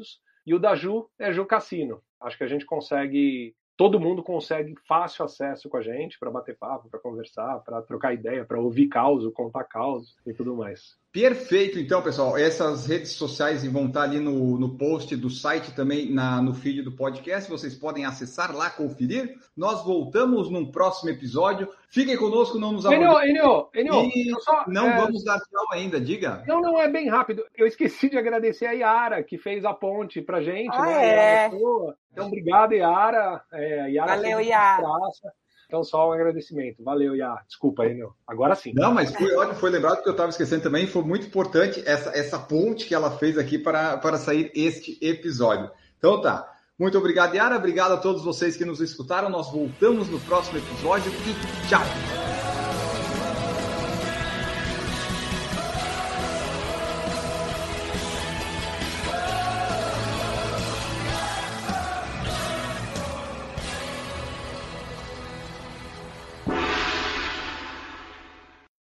E o da Ju é Ju Cassino. Acho que a gente consegue... Todo mundo consegue fácil acesso com a gente para bater papo, para conversar, para trocar ideia, para ouvir causa, contar causa e tudo mais. Perfeito, então, pessoal. Essas redes sociais vão estar ali no, no post do site também, na, no feed do podcast. Vocês podem acessar lá, conferir. Nós voltamos num próximo episódio. Fiquem conosco, não nos Enio, Enio, Enio, e só, não é... vamos dar tchau ainda, diga. Não, não, é bem rápido. Eu esqueci de agradecer a Yara, que fez a ponte pra gente. Ah, né? é. Então, obrigado, Yara. É, Yara Valeu, Yara. Praça. Então, só um agradecimento. Valeu, Yara. Desculpa, Enio. Agora sim. Não, mas foi ótimo, foi lembrado que eu estava esquecendo também. Foi muito importante essa, essa ponte que ela fez aqui para, para sair este episódio. Então tá. Muito obrigado, Yara. Obrigado a todos vocês que nos escutaram. Nós voltamos no próximo episódio e tchau!